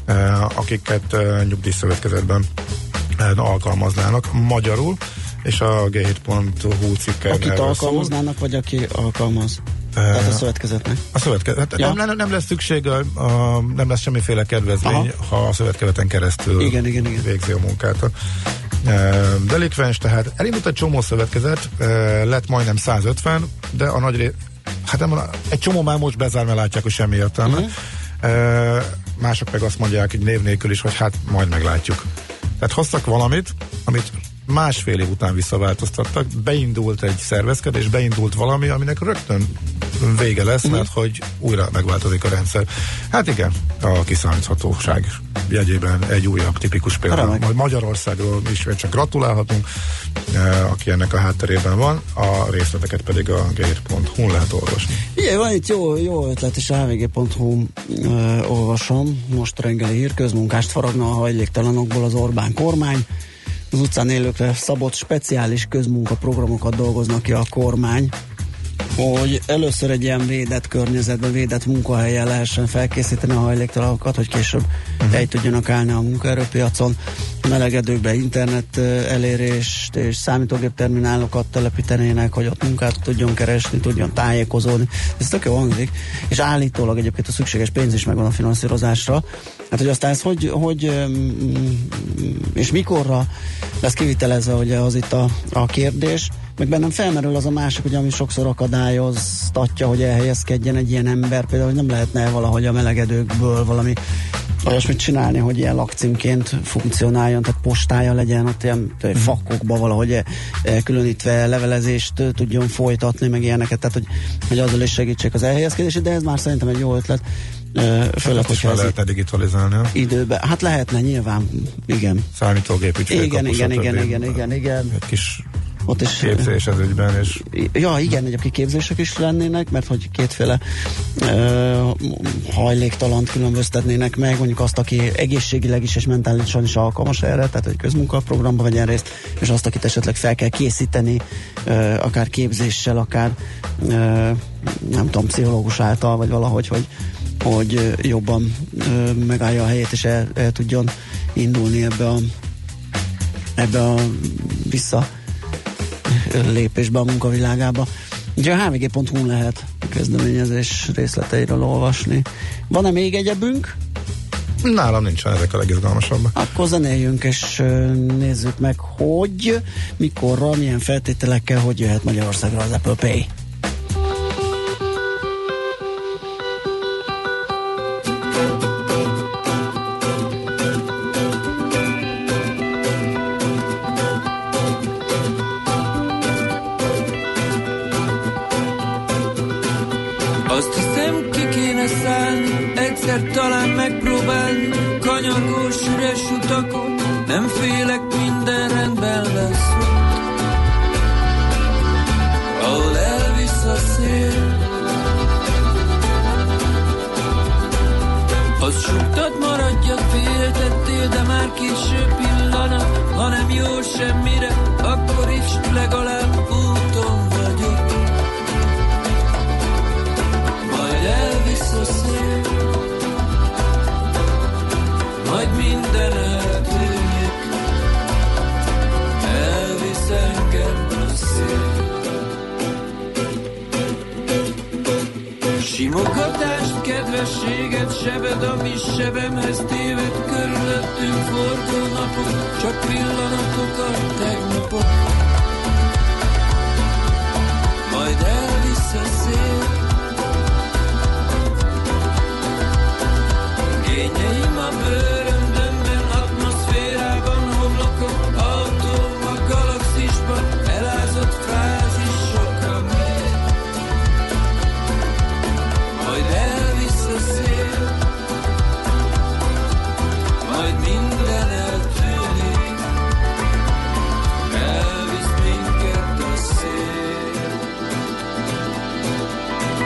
uh, akiket uh, nyugdíjszövetkezetben uh, alkalmaznának magyarul, és a gé hét pont hu cikken akit alkalmaznának, szól. Vagy aki alkalmaz? Uh, Tehát a szövetkezetnek? A szövetkezet. Ja. Nem, nem lesz szükség, a, a, nem lesz semmiféle kedvezmény, aha. ha a szövetkezeten keresztül igen, igen, igen. végzi a munkát. Uh, delikvens, tehát elindult egy csomó szövetkezet, uh, lett majdnem százötven, de a nagy rész hát nem, egy csomó már most bezár, mert látják, hogy semmi értelme. Uh-huh. E, mások meg azt mondják így név nélkül is, hogy hát majd meglátjuk. Tehát hoztak valamit, amit másfél év után visszaváltoztattak, beindult egy szervezkedés, beindult valami, aminek rögtön vége lesz, uh-huh. mert hogy újra megváltozik a rendszer. Hát igen, a kiszámíthatóság jegyében egy újabb tipikus példa. Majd Magyarországról is csak gratulálhatunk, aki ennek a hátterében van, a részleteket pedig a gé hét pont hu lehet olvasni. Igen, van itt jó, jó ötlet, és a há vé gé pont hu uh, olvasom. Most reggeli hír, közmunkást faragna a hajléktalanokból az Orbán kormány. Az utcán élőkre szabott speciális közmunkaprogramokat dolgoznak ki a kormány, hogy először egy ilyen védett környezetben, védett munkahelyen lehessen felkészíteni a hajléktalanokat, hogy később uh-huh. el tudjanak állni a munkaerőpiacon, melegedőkbe internet elérést és számítógép terminálokat telepítenének, hogy ott munkát tudjon keresni, tudjon tájékozódni. Ez tök jó hangzik, és állítólag egyébként a szükséges pénz is megvan a finanszírozásra. Hát, hogy aztán ez hogy, hogy és mikorra lesz kivitelezve, ugye az itt a, a kérdés. Meg bennem felmerül az a másik, ugye, ami sokszor akadályoztatja, hogy elhelyezkedjen egy ilyen ember, például, hogy nem lehetne valahogy a melegedőkből valami olyasmit csinálni, hogy ilyen lakcímként funkcionáljon, tehát postája legyen, ott ilyen fakokba valahogy különítve levelezést tudjon folytatni, meg ilyeneket, tehát hogy, hogy azzal is segítsék az elhelyezkedését, de ez már szerintem egy jó ötlet. Főleg, hát hogyha lehetne digitalizálni. Időben. Hát lehetne, nyilván, igen. Számítógép ügyfélkapus. Igen, igen, igen, igen, igen, igen. Egy kis ott is képzés az ügyben, és... Ja, igen, egyébként képzések is lennének, mert hogy kétféle uh, hajléktalant különböztetnének meg, mondjuk azt, aki egészségileg is és mentálisan is alkalmas erre, tehát egy közmunkaprogramba vegyen részt, és azt, akit esetleg fel kell készíteni, uh, akár képzéssel, akár uh, nem tudom, pszichológus által, vagy valahogy, hogy, hogy jobban uh, megállja a helyét, és el, el tudjon indulni ebbe a ebbe a vissza lépésbe a munkavilágába. Ugye a há vé gé pont hu lehet a kezdeményezés részleteiről olvasni. Van-e még egyebünk? Nálam nincsen, ezek a legizgalmasabbak. Akkor zenéljünk, és nézzük meg, hogy mikorra, milyen feltételekkel, hogy jöhet Magyarországra az Apple Pay. Azt hiszem, ki kéne szállni, egyszer talán megpróbálni, kanyargós üres utakon, nem félek, minden rendben lesz ott, ahol elvisz a szél. Azt súgtad, maradjak, féltettél, de már késő pillanat, ha nem jó semmire, akkor is legalább úton vagyok. Elvisz a szél, majd minden eltűnik, elvisz engem a szél. Simogatást, kedvességet, sebed, ami sebemhez téved, körülöttünk forgó napok, csak pillanatok a tegnapok. Majd elvisz a szél, kényeim a bőröndömben, atmoszférában, homlokon, autóm a galaxisban, elázott frázisok, ami majd elvisz a szél, majd minden eltűnik, elvisz minket a szél.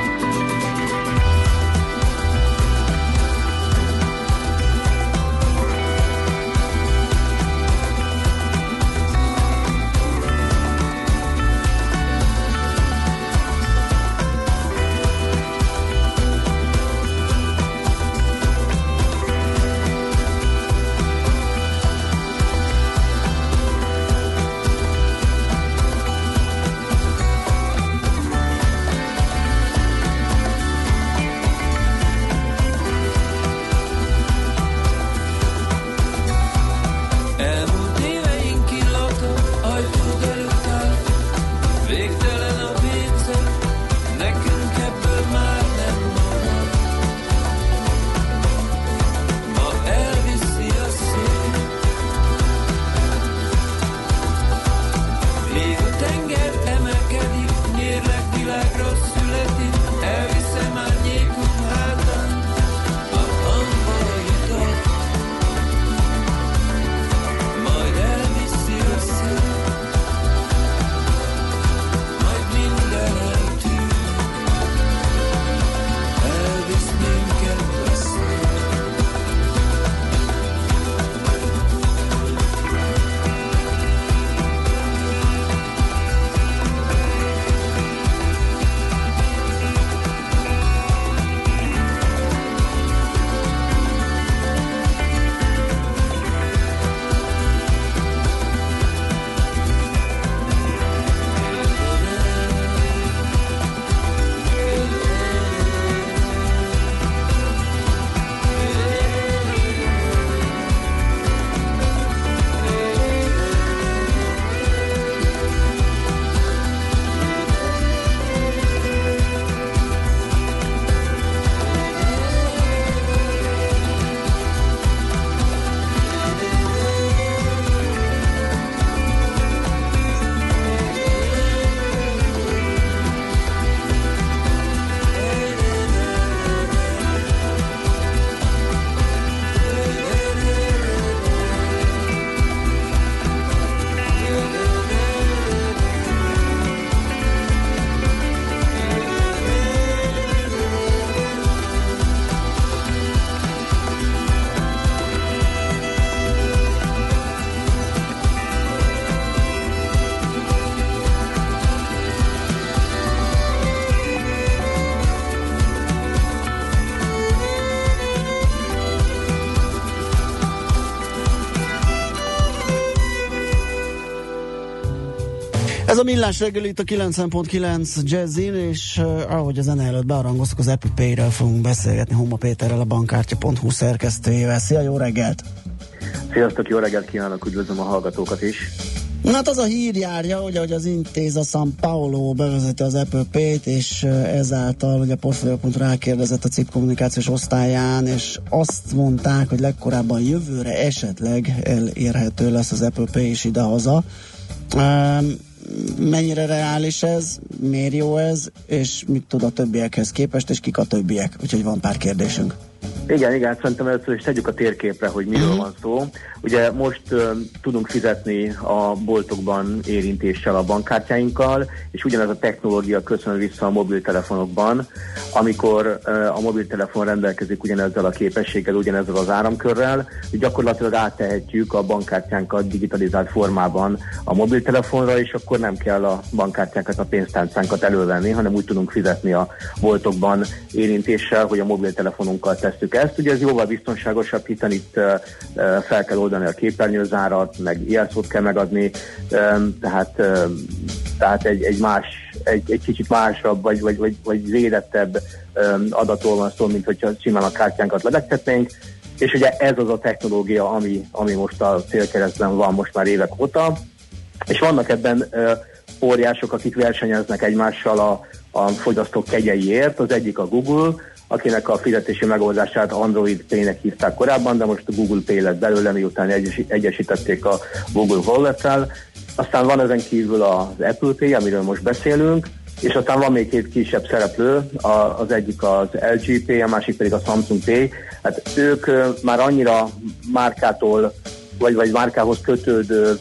Ez a Millás reggel itt a kilencven pont kilenc Jazzin, és uh, ahogy a zene előtt bearangoztuk, az Apple Pay-ről fogunk beszélgetni Homa Péterrel, a bankkártya pont hu szerkesztőjével. Szia, jó reggelt! Sziasztok, jó reggelt kívánok, üdvözlöm a hallgatókat is! Na hát az a hír járja, hogy, hogy az Intesa San Paolo bevezeti az Apple Pay-t, és ezáltal ugye a Portfolio pont hu rákérdezett a cé i pé kommunikációs osztályán, és azt mondták, hogy legkorábban jövőre esetleg elérhető lesz az Apple Pay is idehaza. Um, mennyire reális ez, miért jó ez, és mit tud a többiekhez képest, és kik a többiek? Úgyhogy van pár kérdésünk. Igen, igen, szerintem először is tegyük a térképre, hogy miről mm-hmm. van szó. Ugye most uh, tudunk fizetni a boltokban érintéssel a bankkártyáinkkal, és ugyanez a technológia köszön vissza a mobiltelefonokban, amikor uh, a mobiltelefon rendelkezik ugyanezzel a képességgel, ugyanezzel az áramkörrel, hogy gyakorlatilag áttehetjük a bankkártyánkat digitalizált formában a mobiltelefonra, és akkor nem kell a bankkártyánkat, a pénztárcánkat elővenni, hanem úgy tudunk fizetni a boltokban érintéssel, hogy a mobiltelefonunkkal tesszük ezt. Ugye ez jóval biztonságosabb, hiszen itt uh, fel kell oldani a képernyőzárat, meg jelszót kell megadni, um, tehát, um, tehát egy, egy más, egy, egy kicsit másabb, vagy, vagy, vagy, vagy védettebb um, adatról van szó, mint hogyha simán a kártyánkat lebegtetnénk, és ugye ez az a technológia, ami, ami most a célkeresztben van most már évek óta, és vannak ebben uh, óriások, akik versenyeznek egymással a, a fogyasztók kegyeiért. Az egyik a Google, akinek a fizetési megoldását Android Pay-nek hívták korábban, de most a Google Pay lett belőle, miután egyes, egyesítették a Google Wallet-tel. Aztán van ezen kívül az Apple Pay, amiről most beszélünk, és aztán van még két kisebb szereplő, az egyik az el gé Pay, a másik pedig a Samsung Pay. Hát ők már annyira márkától, vagy, vagy márkához kötődő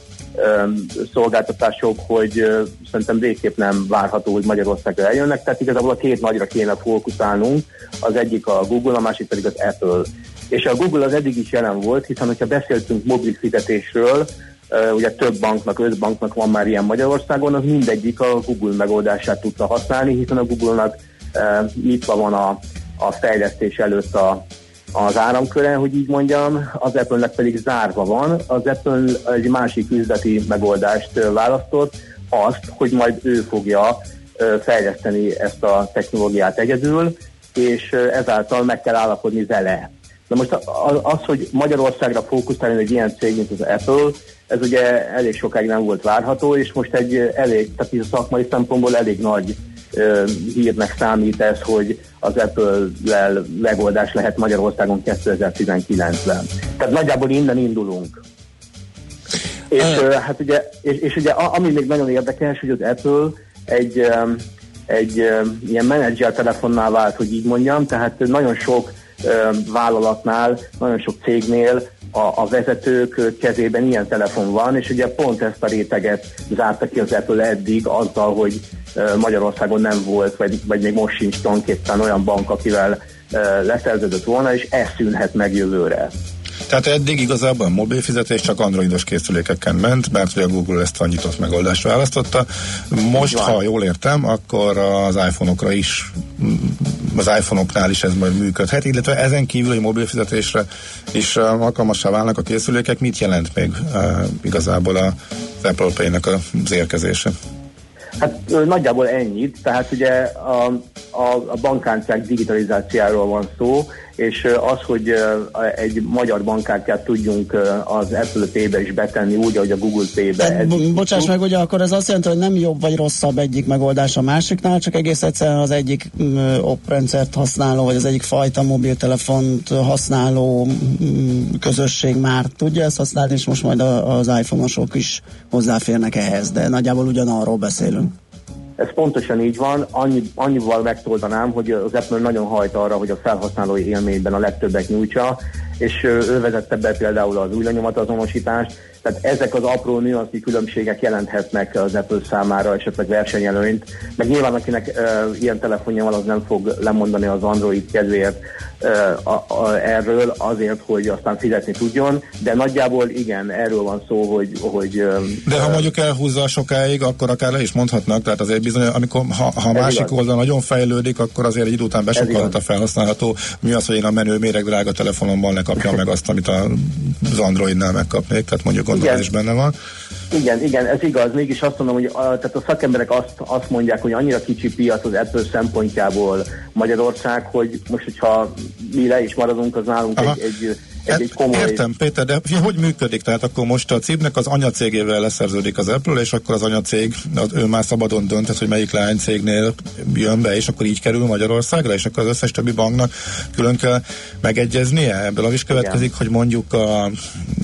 szolgáltatások, hogy uh, szerintem végképp nem várható, hogy Magyarországra eljönnek, tehát igazából a két nagyra kéne fókuszálnunk, az egyik a Google, a másik pedig az Apple. És a Google az eddig is jelen volt, hiszen hogyha beszéltünk mobil fizetésről, uh, ugye több banknak, öt banknak van már ilyen Magyarországon, az mindegyik a Google megoldását tudta használni, hiszen a Google-nak uh, nyitva van a, a fejlesztés előtt a az áramköre, hogy így mondjam, az Apple-nek pedig zárva van. Az Apple egy másik üzleti megoldást választott, azt, hogy majd ő fogja fejleszteni ezt a technológiát egyedül, és ezáltal meg kell állapodni vele. De most az, hogy Magyarországra fókuszálni egy ilyen cég, mint az Apple, ez ugye elég sokáig nem volt várható, és most egy elég, tehát a szakmai szempontból elég nagy hírnek számít ez, hogy az Apple-lel megoldás lehet Magyarországon kétezer-tizenkilencben. Tehát nagyjából innen indulunk. És, uh, hát ugye, és, és ugye ami még nagyon érdekes, hogy az Apple egy, egy ilyen menedzser telefonnál vált, hogy így mondjam, tehát nagyon sok vállalatnál, nagyon sok cégnél a, a vezetők kezében ilyen telefon van, és ugye pont ezt a réteget zárta ki az Apple eddig azzal, hogy Magyarországon nem volt, vagy, vagy még most sincs tulajdonképpen olyan bank, akivel leszerződött volna, és ez szűnhet meg jövőre. Tehát eddig igazából a mobil fizetés csak androidos készülékeken ment, mert ugye a Google ezt a nyitott megoldást választotta. Most, ha jól értem, akkor az iPhone-okra is, az iPhone-oknál is ez majd működhet, illetve ezen kívül a mobil fizetésre is alkalmassá válnak a készülékek. Mit jelent még uh, igazából az Apple Pay-nek az érkezése? Hát nagyjából ennyit, tehát ugye a, a, a bankkártyák digitalizációról van szó, és az, hogy egy magyar bankkártyát tudjunk az Apple Pay-be is betenni úgy, ahogy a Google Pay-be. Bo- bocsáss meg, ugye akkor ez azt jelenti, hogy nem jobb vagy rosszabb egyik megoldás a másiknál, csak egész egyszerűen az egyik oprendszert használó, vagy az egyik fajta mobiltelefont használó közösség már tudja ezt használni, és most majd az iPhone-osok is hozzáférnek ehhez, de nagyjából ugyanarról beszélünk. Ez pontosan így van, Annyi, annyival megtoldanám, hogy az Apple nagyon hajt arra, hogy a felhasználói élményben a legtöbbet nyújtsa, és ő vezette be például az új lenyomatazonosítást, tehát ezek az apró nüansznyi különbségek jelenthetnek az Apple számára esetleg versenyelőnyt, meg nyilván akinek uh, ilyen telefonja van, az nem fog lemondani az Android kedvéért uh, a, a, erről azért, hogy aztán fizetni tudjon, de nagyjából igen, erről van szó, hogy... hogy de uh, ha mondjuk elhúzza sokáig, akkor akár le is mondhatnak, tehát azért bizony, amikor ha, ha másik igaz. Oldal nagyon fejlődik, akkor azért egy idő után besokkalhat a felhasználható. Mi az, hogy én a menő méreg drága telefonomban kapja meg azt, amit az Androidnál megkapnék, tehát mondjuk gondolom ez is benne van. Igen, igen, ez igaz. Mégis azt mondom, hogy a, tehát a szakemberek azt, azt mondják, hogy annyira kicsi piac az Apple szempontjából Magyarország, hogy most, hogyha mi le is maradunk, az nálunk Aha. egy, egy, egy, egy komoly... Értem, Péter, de hogy működik? Tehát akkor most a cégnek az anyacégével leszerződik az Apple, és akkor az anyacég, ő már szabadon dönthet, hogy melyik lánycégnél jön be, és akkor így kerül Magyarországra, és akkor az összes többi banknak külön kell megegyeznie? Ebből az is következik, igen. hogy mondjuk a, a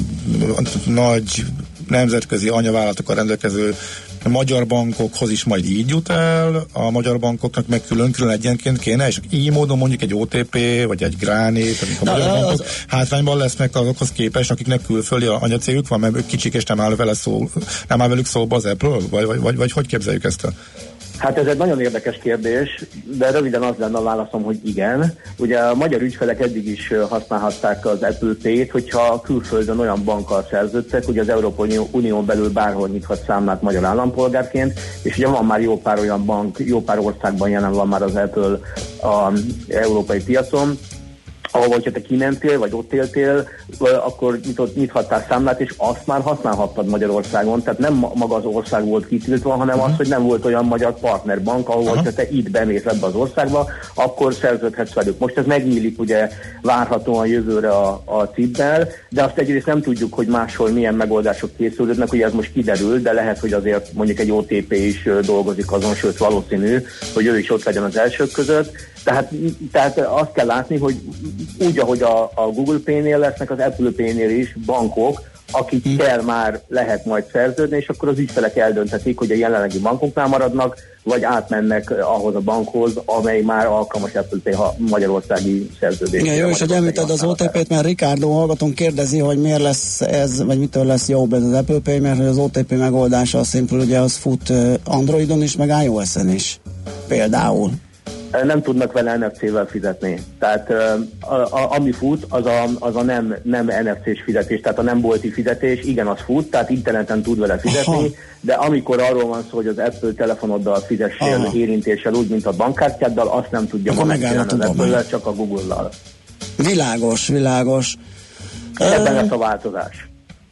nagy nemzetközi anyavállalatokkal rendelkező magyar bankokhoz is majd így jut el, a magyar bankoknak meg külön-külön egyenként kéne, és így módon mondjuk egy o té pé, vagy egy Gránét, amik a Na, magyar bankok az... hátrányban lesznek azokhoz képest, akiknek külföldi anyacégük van, mert ők kicsik és nem áll, vele szó, nem áll velük szóba az Apple, vagy, vagy, vagy, vagy hogy képzeljük ezt el? Hát ez egy nagyon érdekes kérdés, de röviden az lenne a válaszom, hogy igen. Ugye a magyar ügyfelek eddig is használhatták az Apple Pay-t, hogyha külföldön olyan bankkal szerződtek, hogy az Európai Unión belül bárhol nyithat számlát magyar állampolgárként, és ugye van már jó pár olyan bank, jó pár országban jelen van már az Apple az európai piacon, ahol, hogyha te kimentél, vagy ott éltél, akkor nyitott, nyithattál számlát, és azt már használhattad Magyarországon. Tehát nem maga az ország volt kitiltva, hanem uh-huh. az, hogy nem volt olyan magyar partnerbank, ahol, uh-huh. hogyha te itt bemész ebbe az országba, akkor szerződhetsz velük. Most ez megnyílik ugye várhatóan jövőre a, a címmel, de azt egyrészt nem tudjuk, hogy máshol milyen megoldások készülődnek, hogy ez most kiderül, de lehet, hogy azért mondjuk egy o té pé is dolgozik azon, sőt valószínű, hogy ő is ott legyen az elsők között. Tehát, tehát azt kell látni, hogy úgy, ahogy a, a Google Pay-nél lesznek, az Apple Pay-nél is bankok, akikkel már lehet majd szerződni, és akkor az ügyfelek eldönthetik, hogy a jelenlegi bankoknál maradnak, vagy átmennek ahhoz a bankhoz, amely már alkalmas Apple Pay magyarországi szerződés. Igen, jó, és hogy említed az o té pét, mert Ricardo hallgatón kérdezi, hogy miért lesz ez, vagy mitől lesz jobb ez az Apple Pay, mert az o té pé megoldása a Simple, ugye az fut Androidon is, meg iOS-en is. Például. Nem tudnak vele en ef cé-vel fizetni. Tehát a, a, ami fut, az a, az a nem, nem en ef cés fizetés, tehát a nem bolti fizetés, igen, az fut, tehát interneten tud vele fizetni, Aha. de amikor arról van szó, hogy az Apple telefonoddal fizessél Aha. érintéssel úgy, mint a bankkártyáddal, azt nem tudja ma megcsinálni az Apple-vel, csak a Google-lal. Világos, világos. Ebben lesz a változás.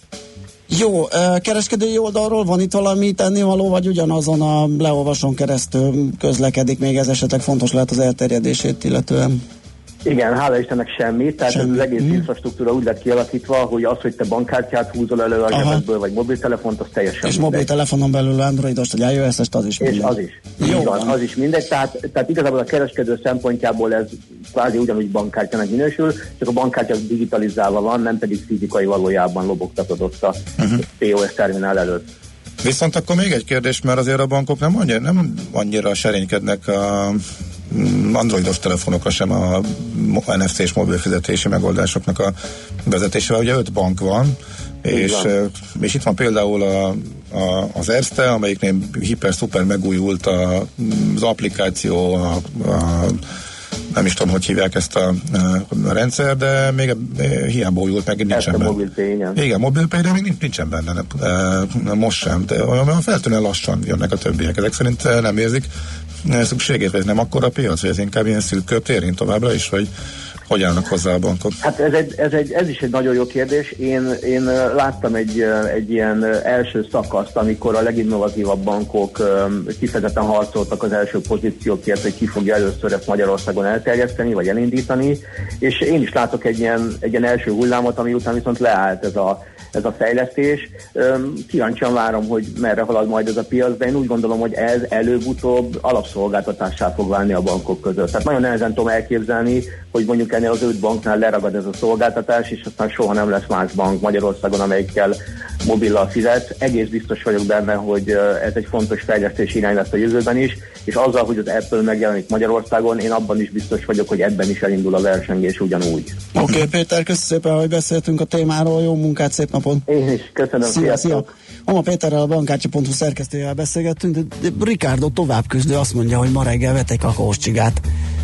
Jó, kereskedői oldalról van itt valami tennivaló, vagy ugyanazon a leolvason keresztül közlekedik, még ez esetleg fontos lehet az elterjedését illetően? Igen, hála Istennek semmi, tehát semmi. Az egész mm. infrastruktúra úgy lett kialakítva, hogy az, hogy te bankkártyát húzol elő a zsebedből, vagy mobiltelefont, az teljesen És mindegy. mobiltelefonon belül Androidost, vagy iOS-est, az is mindegy. És az is. Jó, van, az is mindegy, tehát, tehát igazából a kereskedő szempontjából ez kvázi ugyanúgy bankkártyának minősül, csak a bankkártya digitalizálva van, nem pedig fizikai valójában lobogtatodott a uh-huh. pé o es terminál előtt. Viszont akkor még egy kérdés, mert azért a bankok nem annyira, nem annyira serénykednek a androidos telefonokra sem a en ef cés mobilfizetési megoldásoknak a vezetésével. Ugye öt bank van, és, és itt van például a, a, az Erste, amelyiknél hiper-szuper megújult a, az applikáció, a, a nem is tudom, hogy hívják ezt a, a rendszer, de még hiába újult meg, nincsen benne. MobilePay, igen. Igen, MobilePay, de még nincsen benne, nem, most sem. De olyan feltűnően lassan jönnek a többiek. Ezek szerint nem érzik szükségét, vagy nem akkora a piac, hogy ez inkább ilyen szűkköt érint továbbra is, vagy hogy állnak hozzá a bankok? Hát ez, egy, ez, egy, ez is egy nagyon jó kérdés. Én, én láttam egy, egy ilyen első szakaszt, amikor a leginnovatívabb bankok kifejezetten harcoltak az első pozíciókért, hogy ki fogja először ezt Magyarországon elterjeszteni, vagy elindítani, és én is látok egy ilyen, egy ilyen első hullámot, ami után viszont leállt ez a ez a fejlesztés. Kíváncsian várom, hogy merre halad majd ez a piac, de én úgy gondolom, hogy ez előbb-utóbb alapszolgáltatássá fog válni a bankok között. Tehát nagyon nehezen tudom elképzelni, hogy mondjuk ennél az öt banknál leragad ez a szolgáltatás, és aztán soha nem lesz más bank Magyarországon, amelyikkel mobillal fizet. Egész biztos vagyok benne, hogy ez egy fontos fejlesztés irány lesz a jövőben is, és azzal, hogy az Apple megjelenik Magyarországon, én abban is biztos vagyok, hogy ebben is elindul a versengés ugyanúgy. Oké, okay, Péter, köszönöm szépen, hogy beszéltünk a témáról, jó munkát, szép napot! Én is, köszönöm, szia, szia. Oma Péterrel, a bankkártya pont hu szerkesztőjével beszélgettünk, de, de Ricardo tovább küzdő, azt mondja, hogy ma reggel vett egy kakaós csigát.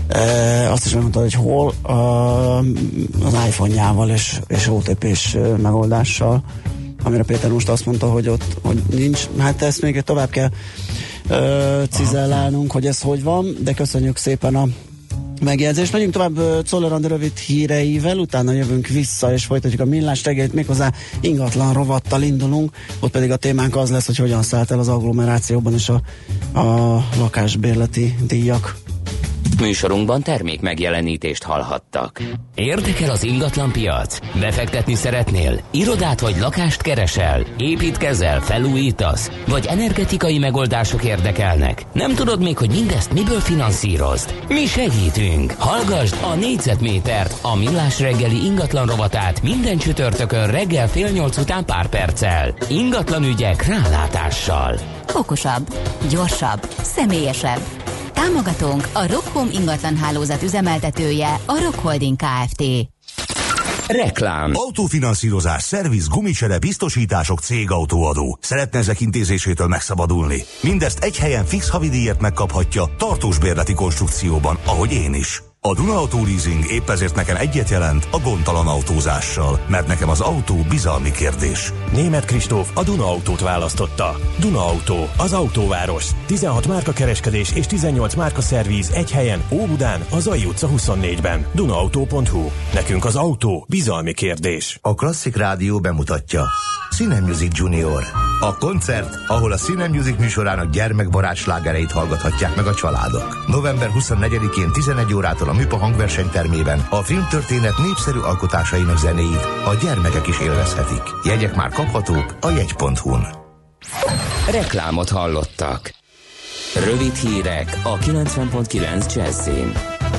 E, azt is megmondta, hogy hol a, az iPhone-jával és, és o té pés megoldással, amire Péter most azt mondta, hogy ott hogy nincs, hát ezt még tovább kell e, cizellálnunk, hogy ez hogy van, de köszönjük szépen a megjegyzés. Megyünk tovább Czoller Andi rövid híreivel, utána jövünk vissza, és folytatjuk a millás reggelyt, méghozzá ingatlan rovattal indulunk, ott pedig a témánk az lesz, hogy hogyan szállt el az agglomerációban is a, a lakásbérleti díjak. Műsorunkban termék megjelenítést hallhattak. Érdekel az ingatlan piac? Befektetni szeretnél? Irodát vagy lakást keresel? Építkezel, felújítasz? Vagy energetikai megoldások érdekelnek? Nem tudod még, hogy mindezt miből finanszírozd? Mi segítünk! Hallgasd a Négyzetmétert, a Millás reggeli ingatlan rovatát minden csütörtökön reggel fél nyolc után pár perccel. Ingatlan ügyek rálátással. Okosabb, gyorsabb, személyesebb. Támogatónk a Rockhome ingatlan hálózat üzemeltetője, a Rock Holding Kft. Reklám. Autófinanszírozás, szerviz, gumicsere, biztosítások, cégautóadó. Szeretne ezek intézésétől megszabadulni? Mindezt egy helyen fix havidíjat megkaphatja, tartós bérleti konstrukcióban, ahogy én is. A Duna Auto Leasing épp ezért nekem egyet jelent a gondtalan autózással, mert nekem az autó bizalmi kérdés. Németh Kristóf a Duna Autót választotta. Duna Autó, az autóváros. tizenhat márka kereskedés és tizennyolc márka szervíz egy helyen, Óbudán, a Zai utca huszonnégyben. dunaauto pont hu. Nekünk az autó bizalmi kérdés. A Klasszik Rádió bemutatja Cine Music Junior. A koncert, ahol a Cine Music műsorának gyermekbarát slágereit hallgathatják meg a családok. november huszonnegyedikén tizenegy órától a Műpa hangversenytermében a filmtörténet népszerű alkotásainak zenéit a gyermekek is élvezhetik. Jegyek már kaphatók a jegy pont hu-n. Reklámot hallottak. Rövid hírek a kilencven pont kilenc Jazzin.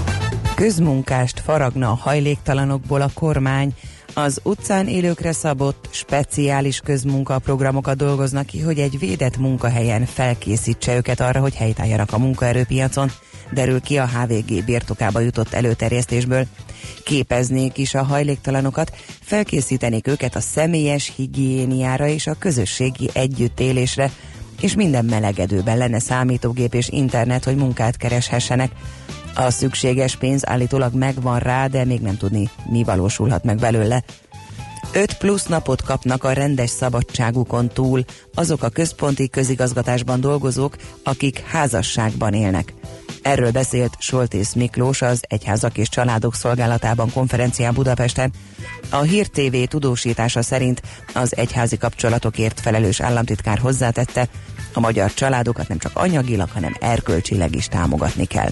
Közmunkást faragna a hajléktalanokból a kormány. Az utcán élőkre szabott speciális közmunkaprogramokat dolgoznak ki, hogy egy védett munkahelyen felkészítse őket arra, hogy helytálljanak a munkaerőpiacon, derül ki a há vé gé birtokába jutott előterjesztésből. Képeznék is a hajléktalanokat, felkészítenék őket a személyes higiéniára és a közösségi együttélésre, és minden melegedőben lenne számítógép és internet, hogy munkát kereshessenek. A szükséges pénz állítólag megvan rá, de még nem tudni, mi valósulhat meg belőle. Öt plusz napot kapnak a rendes szabadságukon túl azok a központi közigazgatásban dolgozók, akik házasságban élnek. Erről beszélt Soltész Miklós az Egyházak és Családok Szolgálatában konferencián Budapesten. A Hír té vé tudósítása szerint az egyházi kapcsolatokért felelős államtitkár hozzátette, a magyar családokat nem csak anyagilag, hanem erkölcsileg is támogatni kell.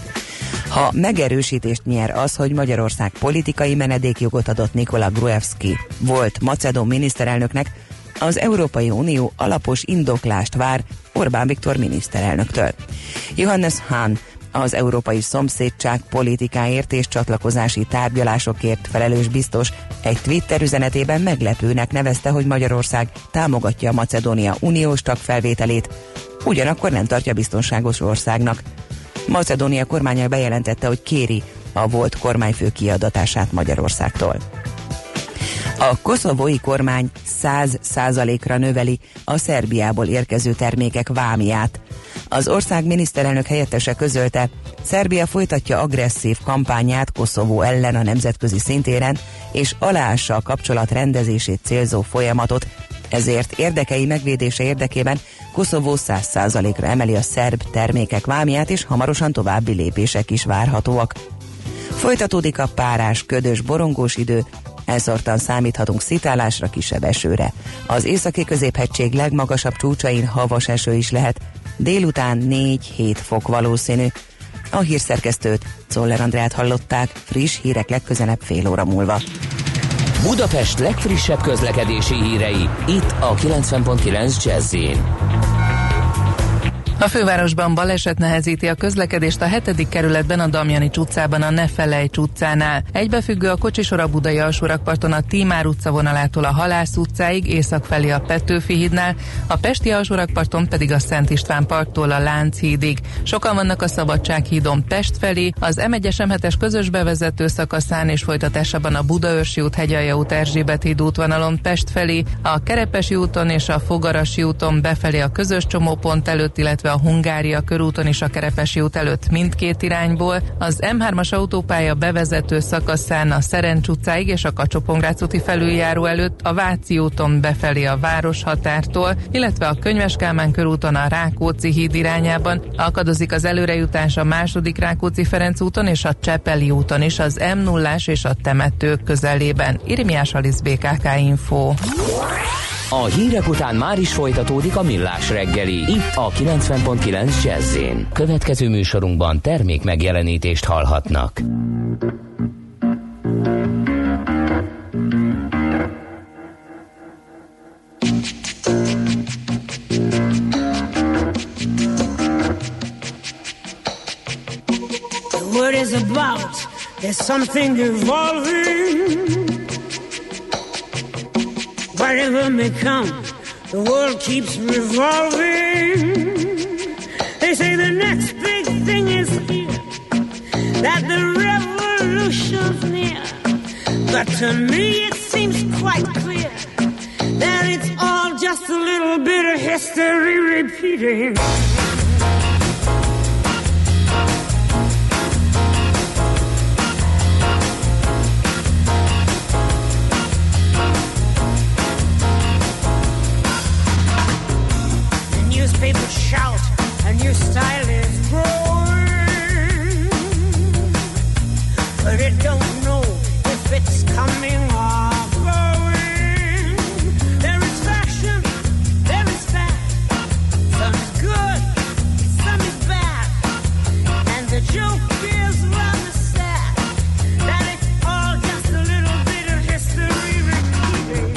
Ha megerősítést nyer az, hogy Magyarország politikai menedékjogot adott Nikola Gruevski volt macedón miniszterelnöknek, az Európai Unió alapos indoklást vár Orbán Viktor miniszterelnöktől. Johannes Hahn, az európai szomszédság politikáért és csatlakozási tárgyalásokért felelős biztos egy Twitter üzenetében meglepőnek nevezte, hogy Magyarország támogatja a Macedónia uniós tagfelvételét, ugyanakkor nem tartja biztonságos országnak. Macedónia kormánya bejelentette, hogy kéri a volt kormányfő kiadatását Magyarországtól. A koszovói kormány száz százalékra növeli a Szerbiából érkező termékek vámját. Az ország miniszterelnök helyettese közölte, Szerbia folytatja agresszív kampányát Koszovó ellen a nemzetközi szintéren, és aláássa a kapcsolat rendezését célzó folyamatot, ezért érdekei megvédése érdekében Koszovó száz százalékra emeli a szerb termékek vámját, és hamarosan további lépések is várhatóak. Folytatódik a párás, ködös, borongós idő, elszórtan számíthatunk szitálásra, kisebb esőre. Az északi középhegység legmagasabb csúcsain havas eső is lehet, délután négy-hét fok valószínű. A hírszerkesztőt, Czoller Andrát hallották, friss hírek legközelebb fél óra múlva. Budapest legfrissebb közlekedési hírei, itt a kilencven pont kilenc Jazzin. A fővárosban baleset nehezíti a közlekedést a hetedik kerületben, a Damjanics utcában, a Ne Felejts utcánál. Egybefüggő a kocsisor a Budai alsórakparton a Tímár utca vonalától a Halász utcáig, észak felé a Petőfi hídnál, a Pesti alsórakparton pedig a Szent István parttól a Lánchídig. Sokan vannak a Szabadsághídon Pest felé, az em egyes em hetes közös bevezető szakaszán és folytatásában a Budaörsi út, Hegyalja út, Erzsébet híd útvonalon Pest felé, a Kerepesi úton és a Fogarasi úton befelé a közös csomópont előtt, illetve illetve a Hungária körúton is a Kerepesi út előtt mindkét irányból, az em hármas autópálya bevezető szakaszán a Szerencs utcáig és a Kacsó-Pongrác úti felüljáró előtt, a Váci úton befelé a városhatártól, illetve a Könyves Kálmán körúton a Rákóczi híd irányában. Akadozik az előrejutás a második Rákóczi-Ferenc úton és a Csepeli úton is az em nullás és a temetők közelében. Irimiás Alisz, bé ká ká Info. A hírek után már is folytatódik a Millás reggeli, itt a kilencven pont kilenc Jazz-én. Következő műsorunkban termék megjelenítést hallhatnak. The word is about, there's something evolving. Whatever may come, the world keeps revolving. They say the next big thing is here, that the revolution's near. But to me it seems quite clear that it's all just a little bit of history repeating. People shout, a new style is growing, but it don't know if it's coming or going. There is fashion, there is fat, some is good, some is bad, and the joke is rather sad, that it's all just a little bit of history repeating.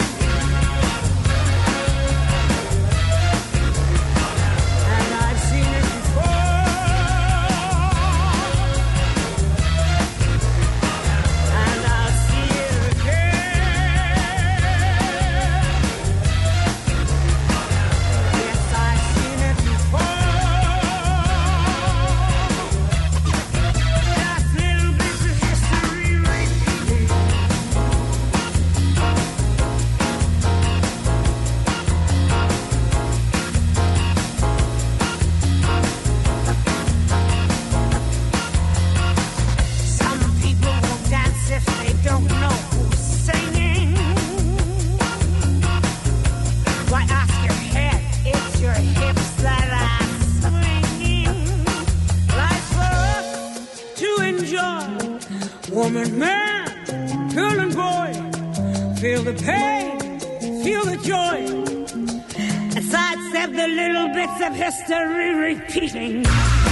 Woman, man, girl and boy, feel the pain, feel the joy, and sidestep the little bits of history repeating.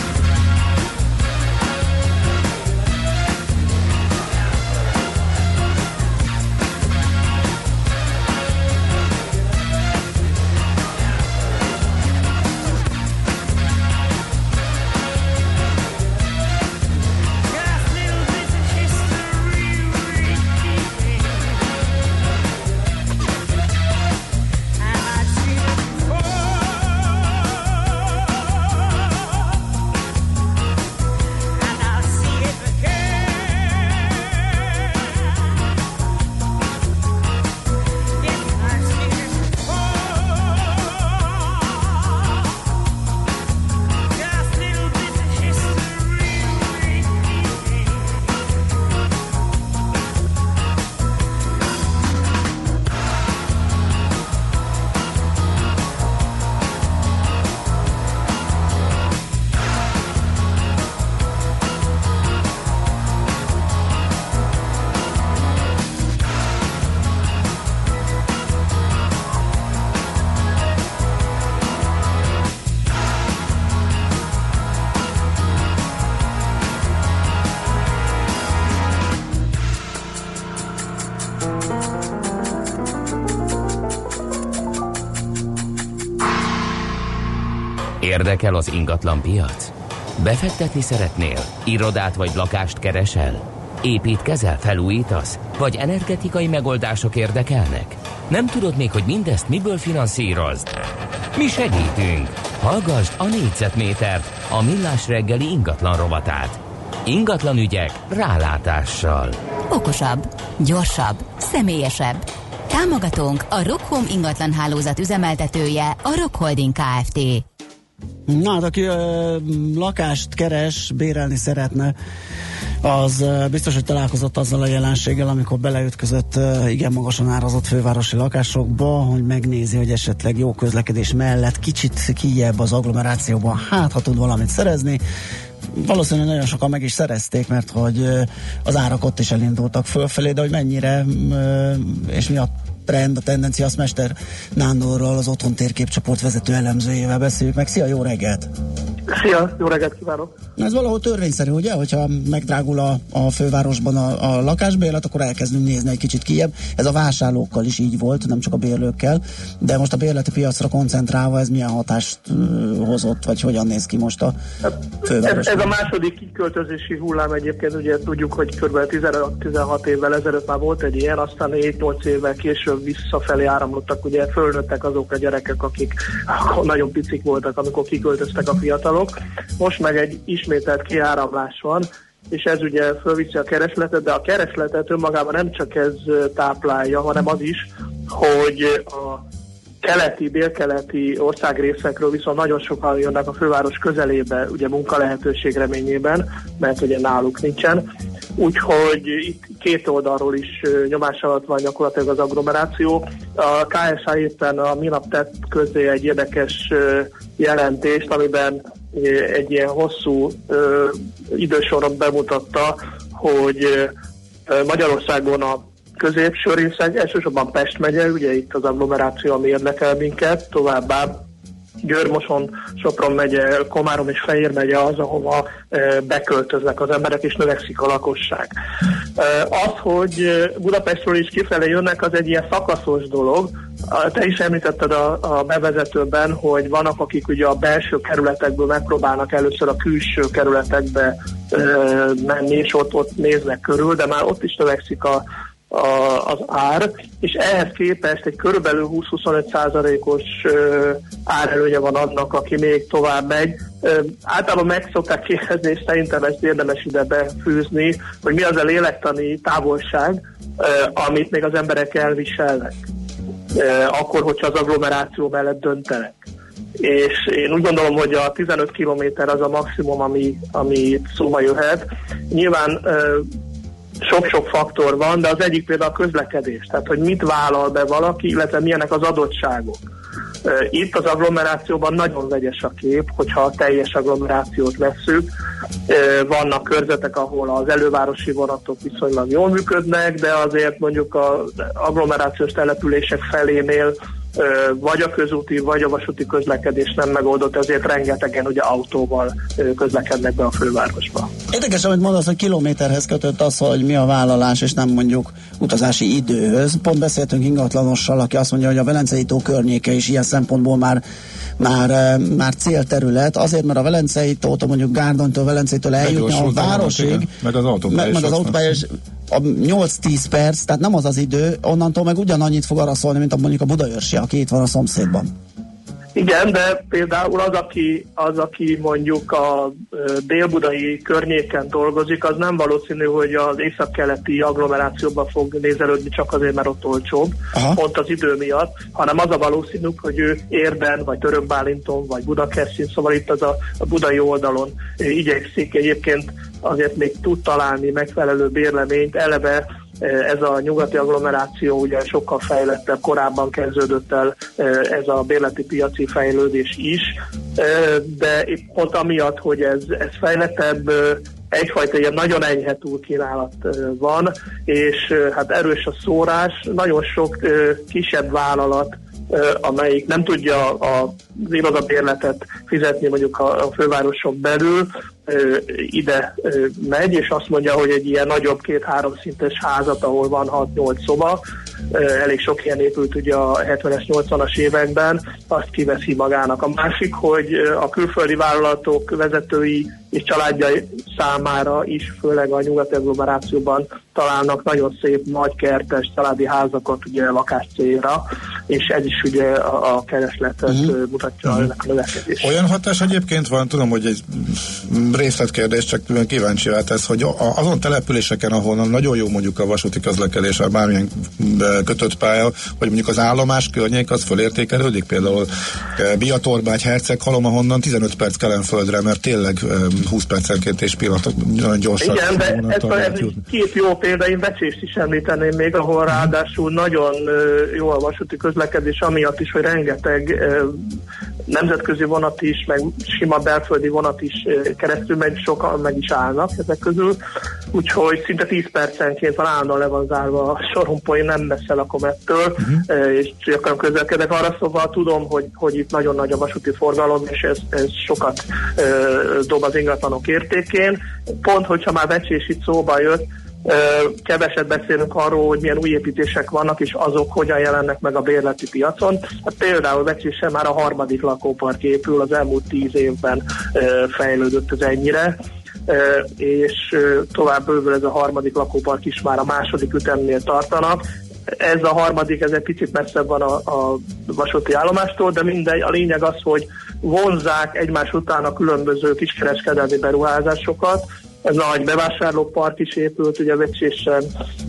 Érdekel az ingatlan piac? Befektetni szeretnél? Irodát vagy lakást keresel? Építkezel, felújítasz? Vagy energetikai megoldások érdekelnek? Nem tudod még, hogy mindezt miből finanszírozd? Mi segítünk! Hallgasd a négyzetmétert, a Millás reggeli ingatlan rovatát. Ingatlan ügyek rálátással. Okosabb, gyorsabb, személyesebb. Támogatónk a Rock Home ingatlan hálózat üzemeltetője, a Rock Holding Kft. Na, hát aki ö, lakást keres, bérelni szeretne, az ö, biztos, hogy találkozott azzal a jelenséggel, amikor beleütközött ö, igen magasan árazott fővárosi lakásokba, hogy megnézi, hogy esetleg jó közlekedés mellett kicsit kijebb az agglomerációban, hát ha tud valamit szerezni. Valószínűleg nagyon sokan meg is szerezték, mert hogy az árak ott is elindultak fölfelé, de hogy mennyire és mi a trend, a tendencia, azt Mester Nándorral, az Otthon Térképcsoport vezető elemzőjével beszéljük meg. Szia, jó reggelt! Szia, jó reggelt kívánok! Ez valahol törvényszerű, ugye? Hogyha megdrágul a, a fővárosban a, a lakásbérlet, akkor elkezdünk nézni egy kicsit kijebb. Ez a vásárlókkal is így volt, nem csak a bérlőkkel, de most a bérleti piacra koncentrálva ez milyen hatást uh, hozott, vagy hogyan néz ki most a fővárosban? Ez, ez a második kiköltözési hullám egyébként, ugye tudjuk, hogy kb. tizenhat évvel ezelőtt már volt egy ilyen, aztán hét-nyolc évvel később visszafelé áramlottak, ugye fölnőttek azok a gyerekek, akik nagyon picik voltak, amikor kiköltöztek a fiatalok. Most meg egy ismételt kiáramlás van, és ez ugye fölviszi a keresletet, de a keresletet önmagában nem csak ez táplálja, hanem az is, hogy a keleti, délkeleti országrészekről viszont nagyon sokan jönnek a főváros közelébe, ugye munkalehetőség reményében, mert ugye náluk nincsen. Úgyhogy itt két oldalról is nyomás alatt van gyakorlatilag az agglomeráció. A ká es há éppen a minap tett közé egy érdekes jelentést, amiben egy ilyen hosszú idősoron bemutatta, hogy Magyarországon a középső részeg, elsősorban Pest megye, ugye itt az agglomeráció, ami érdekel minket, továbbá Győr, Moson, Sopron megye, Komárom és Fejér megye az, ahova beköltöznek az emberek, és növekszik a lakosság. Az, hogy Budapestről is kifelé jönnek, az egy ilyen szakaszos dolog. Te is említetted a, a bevezetőben, hogy vannak, akik ugye a belső kerületekből megpróbálnak először a külső kerületekbe menni, és ott, ott néznek körül, de már ott is növekszik a A, az ár, és ehhez képest egy körülbelül húsz-huszonöt százalékos árelőnye van annak, aki még tovább megy. Ö, általában meg szokták kérdezni, és szerintem ezt érdemes ide befűzni, hogy mi az a lélektani távolság, ö, amit még az emberek elviselnek, ö, akkor, hogyha az agglomeráció mellett döntenek. És én úgy gondolom, hogy a tizenöt kilométer az a maximum, ami, ami szóba jöhet. Nyilván ö, sok-sok faktor van, de az egyik például a közlekedés, tehát hogy mit vállal be valaki, illetve milyenek az adottságok. Itt az agglomerációban nagyon vegyes a kép, hogyha a teljes agglomerációt vesszük. Vannak körzetek, ahol az elővárosi vonatok viszonylag jól működnek, de azért mondjuk az agglomerációs települések felénél vagy a közúti, vagy a vasúti közlekedés nem megoldott, ezért rengetegen ugye autóval közlekednek be a fővárosba. Érdekes, amit mondasz, hogy kilométerhez kötött az, hogy mi a vállalás, és nem mondjuk utazási időhöz. Pont beszéltünk ingatlanossal, aki azt mondja, hogy a Velencei tó környéke is ilyen szempontból már már, már célterület, azért, mert a Velencei tótól, mondjuk Gárdonytól, Velencétől eljutni a városig, meg az autópálya, meg az autópálya a nyolc-tíz perc, tehát nem az az idő, onnantól meg ugyanannyit fog arra szólni, mint a, mondjuk a Budaörsi, aki itt van a szomszédban. Igen, de például az, aki, az, aki mondjuk a délbudai környéken dolgozik, az nem valószínű, hogy az északkeleti agglomerációban fog nézelődni csak azért, mert ott olcsóbb, Aha. pont az idő miatt, hanem az a valószínű, hogy ő Érden, vagy Törökbálinton, vagy Budakeszin, szóval itt az a, a budai oldalon igyekszik, egyébként azért még tud találni megfelelő bérleményt, eleve ez a nyugati agglomeráció ugye sokkal fejlettebb, korábban kezdődött el ez a bérleti piaci fejlődés is, de pont amiatt, hogy ez, ez fejlettebb, egyfajta ilyen nagyon enyhe túlkínálat van, és hát erős a szórás, nagyon sok kisebb vállalat, amelyik nem tudja az irodabérletet fizetni mondjuk a, a fővároson belül, ide megy, és azt mondja, hogy egy ilyen nagyobb két-három szintes házat, ahol van hat-nyolc szoba, elég sok ilyen épült ugye a hetvenes, nyolcvanas években, azt kiveszi magának. A másik, hogy a külföldi vállalatok vezetői és családjai számára is, főleg a nyugati agglomerációban találnak nagyon szép, nagy kertes családi házakat ugye lakás célra, és ez is ugye a, a keresletet uh-huh. mutatja uh-huh. ennek a növekedést. Olyan hatás egyébként van, tudom, hogy egy részletkérdés, csak kíváncsi vált ez, hogy azon településeken, ahol nagyon jó mondjuk a vasúti közlekedés, vagy bármilyen kötött pálya, hogy mondjuk az állomás környék az fölértékelődik, például Biatorbágy, Herceghalom, ahonnan tizenöt perc Kelenföldre, mert tényleg húsz percenként és pillanatok nagyon gyorsan. Igen, de ez, ez két jó példa, én Becsést is említeném még, ahol ráadásul nagyon jó a vasúti közlekedés, amiatt is, hogy rengeteg nemzetközi vonat is, meg sima belföldi vonat is keresztül megy, sokan meg is állnak ezek közül, úgyhogy szinte tíz percenként van állandóan le van zárva a Sorompói, nem messze lakom ettől, uh-huh. és gyakran közlekedek arra, szóval tudom, hogy, hogy itt nagyon nagy a vasúti forgalom, és ez, ez sokat uh, dob az ingatlanok értékén. Pont, hogyha már Becsés itt szóba jött, keveset beszélünk arról, hogy milyen új építések vannak, és azok hogyan jelennek meg a bérleti piacon. Hát például Becsésen már a harmadik lakópark épül, az elmúlt tíz évben fejlődött ez ennyire, és tovább bővül ez a harmadik lakópark is, már a második ütemnél tartanak. Ez a harmadik, ez egy picit messzebb van a, a vasúti állomástól, de mindegy, a lényeg az, hogy vonzzák egymás után a különböző kiskereskedelmi beruházásokat. Ez nagy bevásárlópark is épült, ugye Becsésen,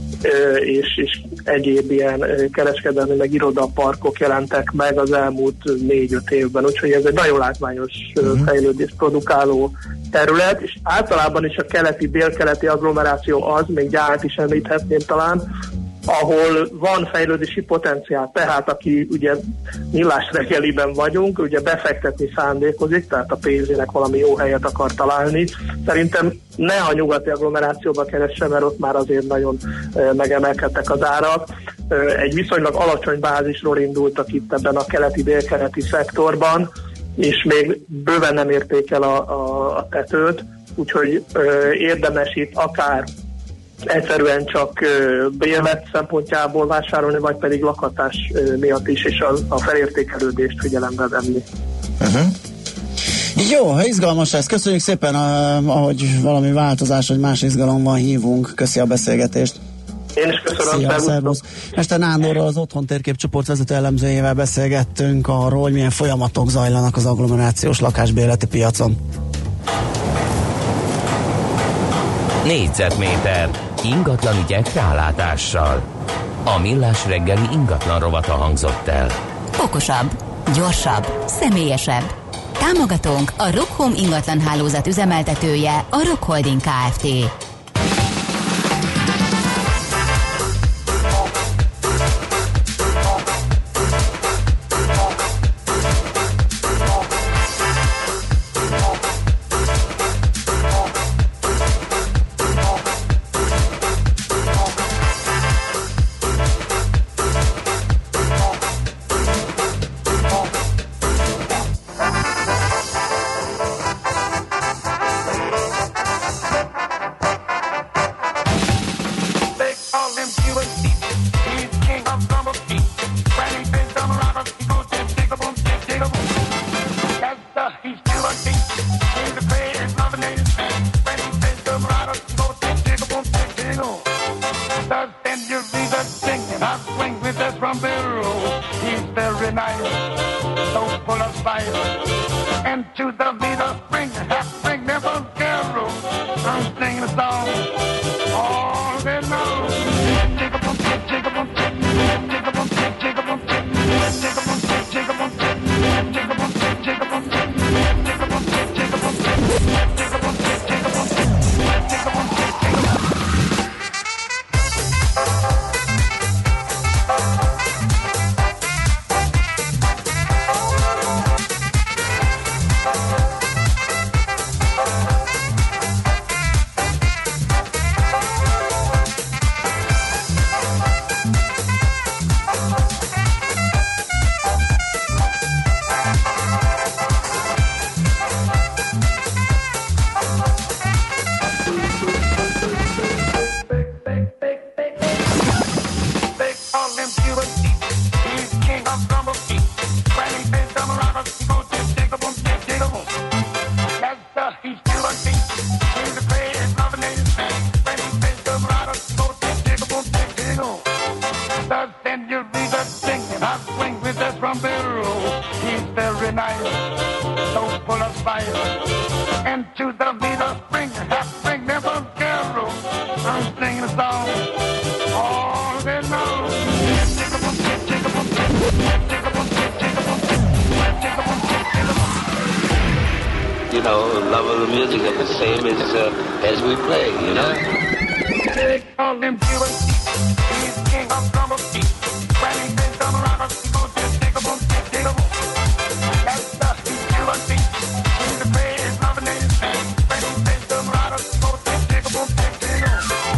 és, és egyéb ilyen kereskedelmi meg irodaparkok jelentek meg az elmúlt négy-öt évben, úgyhogy ez egy nagyon látványos uh-huh. fejlődést produkáló terület, és általában is a keleti, délkeleti agglomeráció az, még Gyárt is említhetném talán, ahol van fejlődési potenciál, tehát aki ugye millás reggeliben vagyunk, ugye befektetni szándékozik, tehát a pénzének valami jó helyet akar találni. Szerintem ne a nyugati agglomerációba keresse, mert ott már azért nagyon e, megemelkedtek az árak. E, egy viszonylag alacsony bázisról indultak itt ebben a keleti-délkeleti szektorban, és még bőven nem érték el a, a, a tetőt, úgyhogy e, érdemes itt akár egyszerűen csak bérlet szempontjából vásárolni, vagy pedig lakhatás miatt is, és a, a felértékelődést figyelembe venni. Uh-huh. Jó, izgalmas ez. Köszönjük szépen, ahogy valami változás, vagy más izgalomban hívunk. Köszi a beszélgetést. Én is köszönöm. Szia, szervusz. Mester Nándorral, az Otthon Térképcsoport vezető elemzőjével beszélgettünk arról, hogy milyen folyamatok zajlanak az agglomerációs lakásbérleti piacon. Négyzetméter ingatlan ügyek rálátással. A Millás reggeli ingatlan rovata hangzott el. Okosabb, gyorsabb, személyesebb. Támogatónk a Rockhome ingatlan hálózat üzemeltetője, a Rock Holding Kft. you'll be the singing hot swing with that trombero. He's very nice, so full of spice. And to the beat of spring, hot spring, never carol. I'm singing a song all day long. You know, the love of the music is the same as uh, as we play, you know? They call him Cuban. He's king of drummer beat. When he says come around, he goes just take a boom, take a boom. That's the Cuban beat. He's the greatest loving nation. When he says come around, he goes just take a boom, take a boom.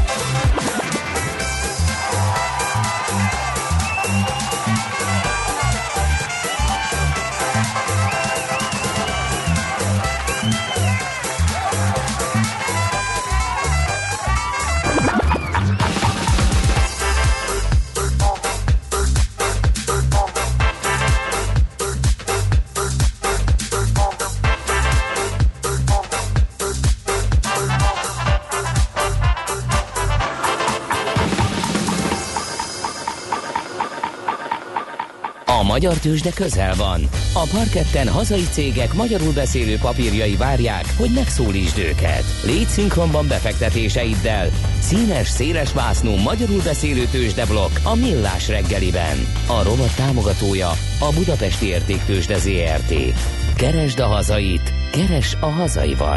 A magyar tőzsde közel van. A parketten hazai cégek magyarul beszélő papírjai várják, hogy megszólítsd őket. Légy szinkronban befektetéseiddel. Színes, széles vásznú magyarul beszélő tőzsdeblokk a Millás reggeliben. A rovat támogatója a Budapesti Értéktőzsde zé er té. Keresd a hazait, keresd a hazaival.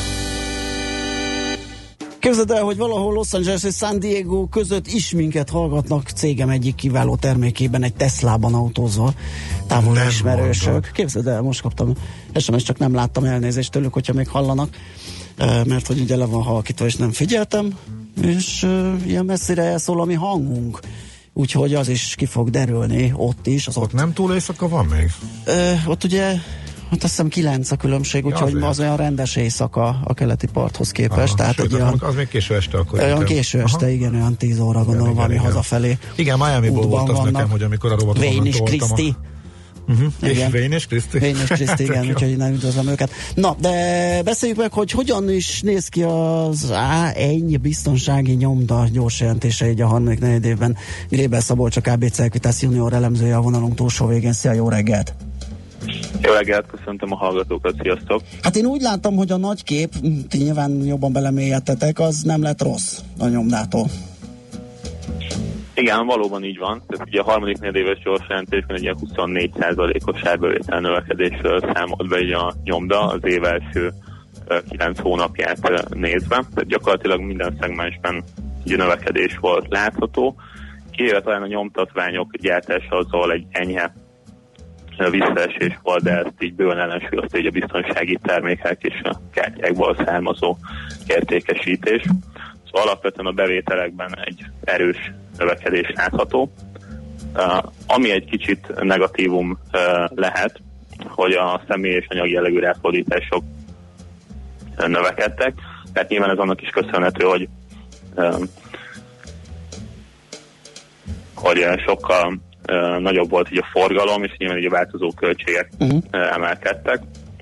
Képzeld el, hogy valahol Los Angeles és San Diego között is minket hallgatnak cégem egyik kiváló termékében, egy Teslában autózva, távol ismerősök. Képzeld el, most kaptam es em es, csak nem láttam, elnézést tőlük, hogyha még hallanak, mert hogy ugye le van halkítva, és nem figyeltem, és uh, ilyen messzire elszól a mi hangunk. Úgyhogy az is ki fog derülni ott is. Az ott, ott nem túl éjszaka van még? Uh, ott ugye hát azt hiszem kilenc a különbség, úgyhogy ja, az olyan rendes éjszaka a keleti parthoz képest. Aha, tehát sőt, olyan, az még késő este akkor. Olyan késő este, aha. Igen, olyan tíz óra gondolom, valami hazafelé. Igen, Miamiból volt az nekem, hogy amikor a robotot Wayne és Kriszti. Uh-huh. És Wayne és Kriszti. Wayne és Kriszti, igen, úgyhogy innen üdvözlöm őket. Na, de beszéljük meg, hogy hogyan is néz ki az á egy biztonsági nyomda gyors jelentése így a harmadik negyed évben. Grébel Szabolcs, a ká bé cé Equitas junior elemzője a vonalunk túlsó végén. Szia, jó reggelt! Jó reggelt, köszöntöm a hallgatókat, sziasztok! Hát én úgy látom, hogy a nagy kép, ti nyilván jobban belemélyedtetek, az nem lett rossz a nyomdától. Igen, valóban így van. Tehát ugye a harmadik negyedéves gyors jelentésben egy ilyen huszonnégy százalékos árbevétel növekedésről számolt be így a nyomda az év első kilenc hónapját nézve. Tehát gyakorlatilag minden szegmensben egy növekedés volt látható. Kivéve talán a nyomtatványok gyártása azzal egy enyhe visszaesés volt, de ezt így bőven ellensúlyozta így a biztonsági termékek és a kártyákból származó értékesítés. Szóval alapvetően a bevételekben egy erős növekedés látható. Uh, ami egy kicsit negatívum uh, lehet, hogy a személy és anyagi jellegű ráfordítások uh, növekedtek. Tehát nyilván ez annak is köszönhető, hogy uh, hogy sokkal Uh, nagyobb volt így a forgalom, és nyilván így a változó költségek uh-huh. uh, emelkedtek.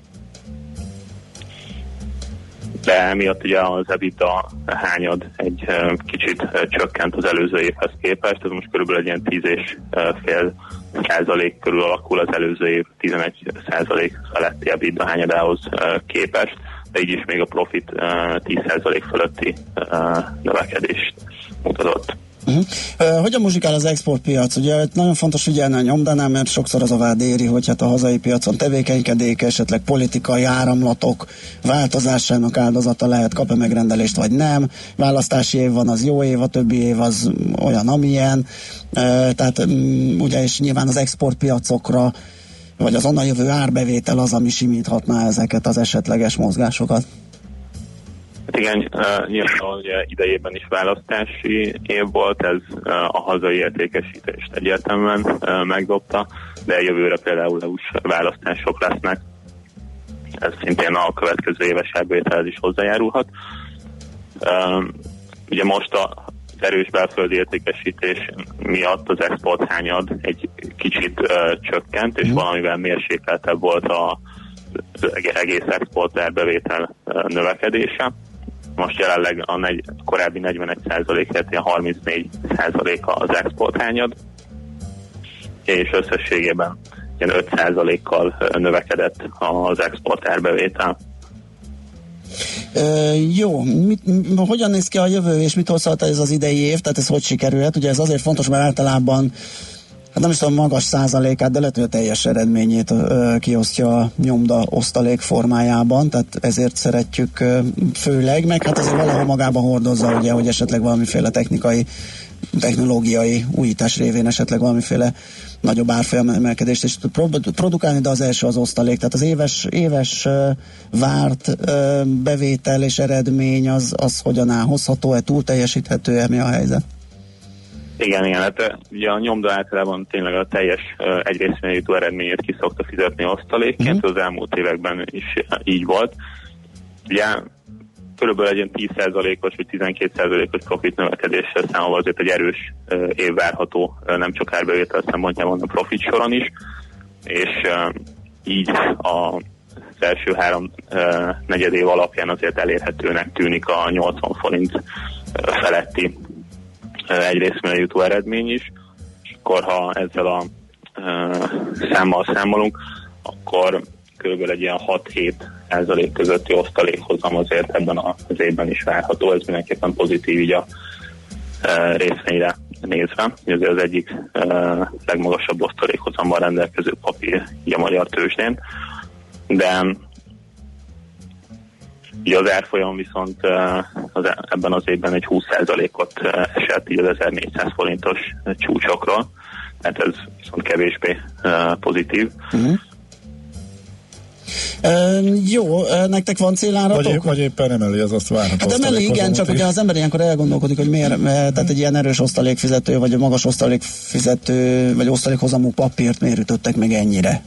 De emiatt ugye az EBITDA hányad egy uh, kicsit uh, csökkent az előző évhez képest, ez most körülbelül egy ilyen tíz és fél százalék körül alakul az előző év tizenegy százalék feletti EBITDA hányadához uh, képest, de így is még a profit uh, tíz százalék fölötti uh, növekedést mutatott. Uh-huh. Uh, hogyan muzsikál az exportpiac? Ugye nagyon fontos figyelni a nyomdánál, mert sokszor az a vád éri, hogy hát a hazai piacon tevékenykedik, esetleg politikai áramlatok változásának áldozata lehet, kap-e megrendelést vagy nem, választási év van, az jó év, a többi év az olyan, amilyen, uh, tehát um, ugye és nyilván az exportpiacokra vagy az onnan jövő árbevétel az, ami simíthatná ezeket az esetleges mozgásokat. Hát igen, uh, nyilván ugye idejében is választási év volt, ez uh, a hazai értékesítést egyértelműen uh, megdobta, de jövőre például é u-s választások lesznek. Ez szintén a következő éves árbevételhez is hozzájárulhat. Uh, ugye most a erős belföldi értékesítés miatt az export hányad egy kicsit uh, csökkent, és mm. valamivel mérsékeltebb volt a, az egész export árbevétel uh, növekedése. Most jelenleg a negy, korábbi negyvenegy százalék, tehát ilyen harmincnégy százalék az export hányad. és összességében ilyen öt százalékkal növekedett az export árbevétel. Ö, jó, mit, hogyan néz ki a jövő, és mit hozhat ez az idei év, tehát ez hogy sikerülhet? Ugye ez azért fontos, mert általában hát nem is tudom, magas százalékát, de lehet, hogy a teljes eredményét ö, kiosztja a nyomda osztalék formájában, tehát ezért szeretjük ö, főleg, meg hát azért valahol magában hordozza, ugye, hogy esetleg valamiféle technikai, technológiai újítás révén esetleg valamiféle nagyobb árfolyam emelkedést is tud produkálni, de az első az osztalék, tehát az éves, éves ö, várt ö, bevétel és eredmény az, az hogyan áll, hozható-e, túl teljesíthető-e, mi a helyzet? Igen, igen, hát ugye a nyomda általában tényleg a teljes uh, egy részvényre jutó eredményét ki szokta fizetni osztalékként, mm-hmm. az elmúlt években is így volt. Ugye körülbelül egy ilyen tíz százalékos vagy tizenkét százalékos profit növekedéssel számolva azért egy erős uh, év várható, uh, nem csak árbevétel szempontjában, a profit soron is, és uh, így a az első három uh, negyed év alapján azért elérhetőnek tűnik a nyolcvan forint uh, feletti egy részmére jutó eredmény is, és akkor ha ezzel a uh, számmal számolunk, akkor kb. Egy ilyen hat-hét százalék közötti osztalékhozam azért ebben az évben is várható, ez mindenképpen pozitív így a uh, részvényre nézve. Ez az egyik uh, legmagasabb osztalékhozammal rendelkező papír így a magyar tőzsdén, de így az árfolyam viszont az, ebben az évben egy húsz százalékot esett így az ezernégyszáz forintos csúcsokról, tehát ez viszont kevésbé uh, pozitív. Uh-huh. Uh, jó, uh, nektek van céláratok? Vagy, vagy éppen emeli, az azt várható. Hát emeli, igen, csak ugye az ember ilyenkor elgondolkodik, hogy miért, mert, tehát egy ilyen erős osztalékfizető, vagy a magas osztalékfizető, vagy osztalékhozamú papírt miért ütöttek meg ennyire?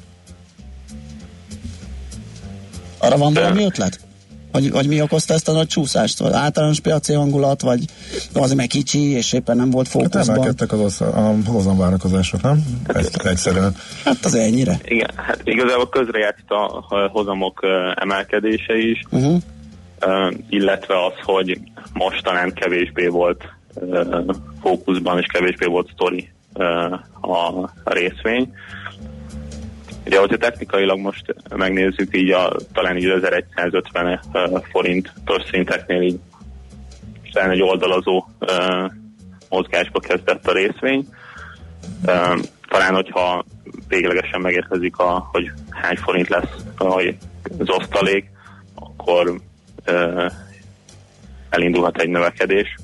Arra van valami ötlet? Vagy, vagy mi okozta ezt a nagy csúszást? Vagy általános piaci hangulat, vagy azért meg kicsi, és éppen nem volt fókuszban? Hát emelkedtek az osz, a hozamvárakozások, nem? Egy, egyszerűen. Hát az ennyire. Igen, hát igazából közrejátszott a hozamok emelkedése is, uh-huh. uh, illetve az, hogy mostanán kevésbé volt uh, fókuszban, és kevésbé volt sztori uh, a, a részvény. Ugye, hogyha technikailag most megnézzük, így a, talán így ezeregyszázötven uh, forintos szinteknél így talán egy oldalazó uh, mozgásba kezdett a részvény. Uh, talán, hogyha véglegesen megérkezik, a, hogy hány forint lesz az osztalék, akkor uh, elindulhat egy növekedés.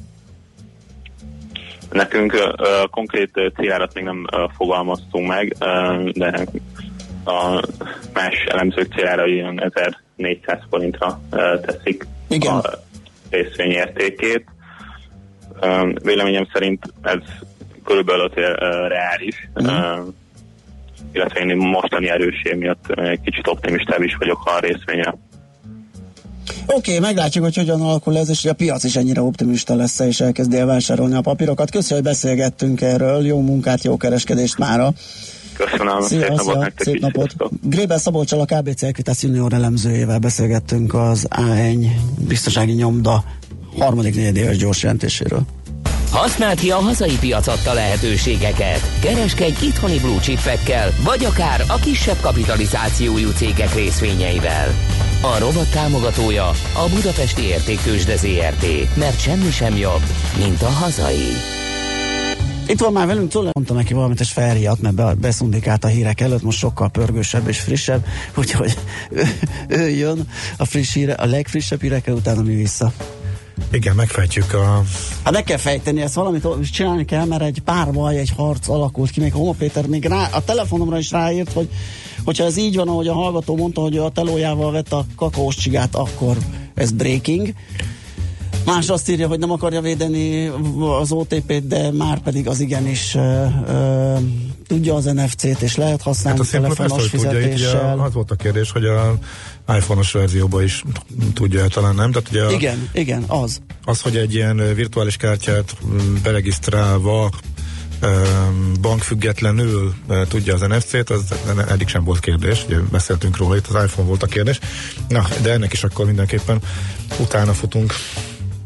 Nekünk uh, konkrét célárat még nem uh, fogalmaztunk meg, uh, de a más elemzők célára ilyen ezernégyszáz forintra uh, teszik igen. a részvény értékét. Uh, véleményem szerint ez körülbelül uh, reális, mm. uh, illetve én mostani erőség miatt egy kicsit optimistább is vagyok a részvényre. Oké, okay, meglátjuk, hogy hogyan alakul ez, és hogy a piac is ennyire optimista lesz, és elkezdi el vásárolni a papírokat. Köszönöm, hogy beszélgettünk erről. Jó munkát, jó kereskedést mára. Köszönöm, szia, szép napot nektek szép is. Napot. Gréber Szabolccsal, a ká bé cé Equitas junior elemzőjével beszélgettünk az á egy biztonsági nyomda harmadik negyedéves gyors jelentéséről. Használd ki a hazai piac adta lehetőségeket. Kereskedj itthoni blue chipekkel, vagy akár a kisebb kapitalizációjú cégek részvényeivel. A rovat támogatója a Budapesti Értéktőzsde zé er té, mert semmi sem jobb, mint a hazai. Itt van már velünk Czoller, mondta neki valamit, és felriadt, mert be, beszundikált a hírek előtt, most sokkal pörgősebb és frissebb, úgyhogy ő, ő jön a friss híre, a legfrissebb hírekkel, utána mi vissza. Igen, megfejtjük a... Hát meg kell fejteni, ezt valamit csinálni kell, mert egy párbaj, egy harc alakult ki, még Homa Péter még rá, a telefonomra is ráírt, hogy hogyha ez így van, ahogy a hallgató mondta, hogy a telójával vett a kakaós csigát, akkor ez breaking. Más azt írja, hogy nem akarja védeni az o té pét, de már pedig az igenis uh, uh, tudja az en ef cét, és lehet használni hát telefonos fizetéssel. Az volt a kérdés, hogy a iPhone-os verzióban is tudja talán, nem? Tehát ugye igen, a, igen, az. Az, hogy egy ilyen virtuális kártyát beregisztrálva bankfüggetlenül tudja az en ef cét, az eddig sem volt kérdés, ugye beszéltünk róla, itt az iPhone volt a kérdés. Na, de ennek is akkor mindenképpen utána futunk.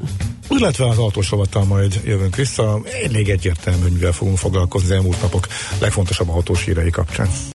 illetve az autós rovattal majd jövünk vissza. Elég egyértelmű, hogy mivel fogunk foglalkozni az elmúlt napok legfontosabb autós hírei kapcsán.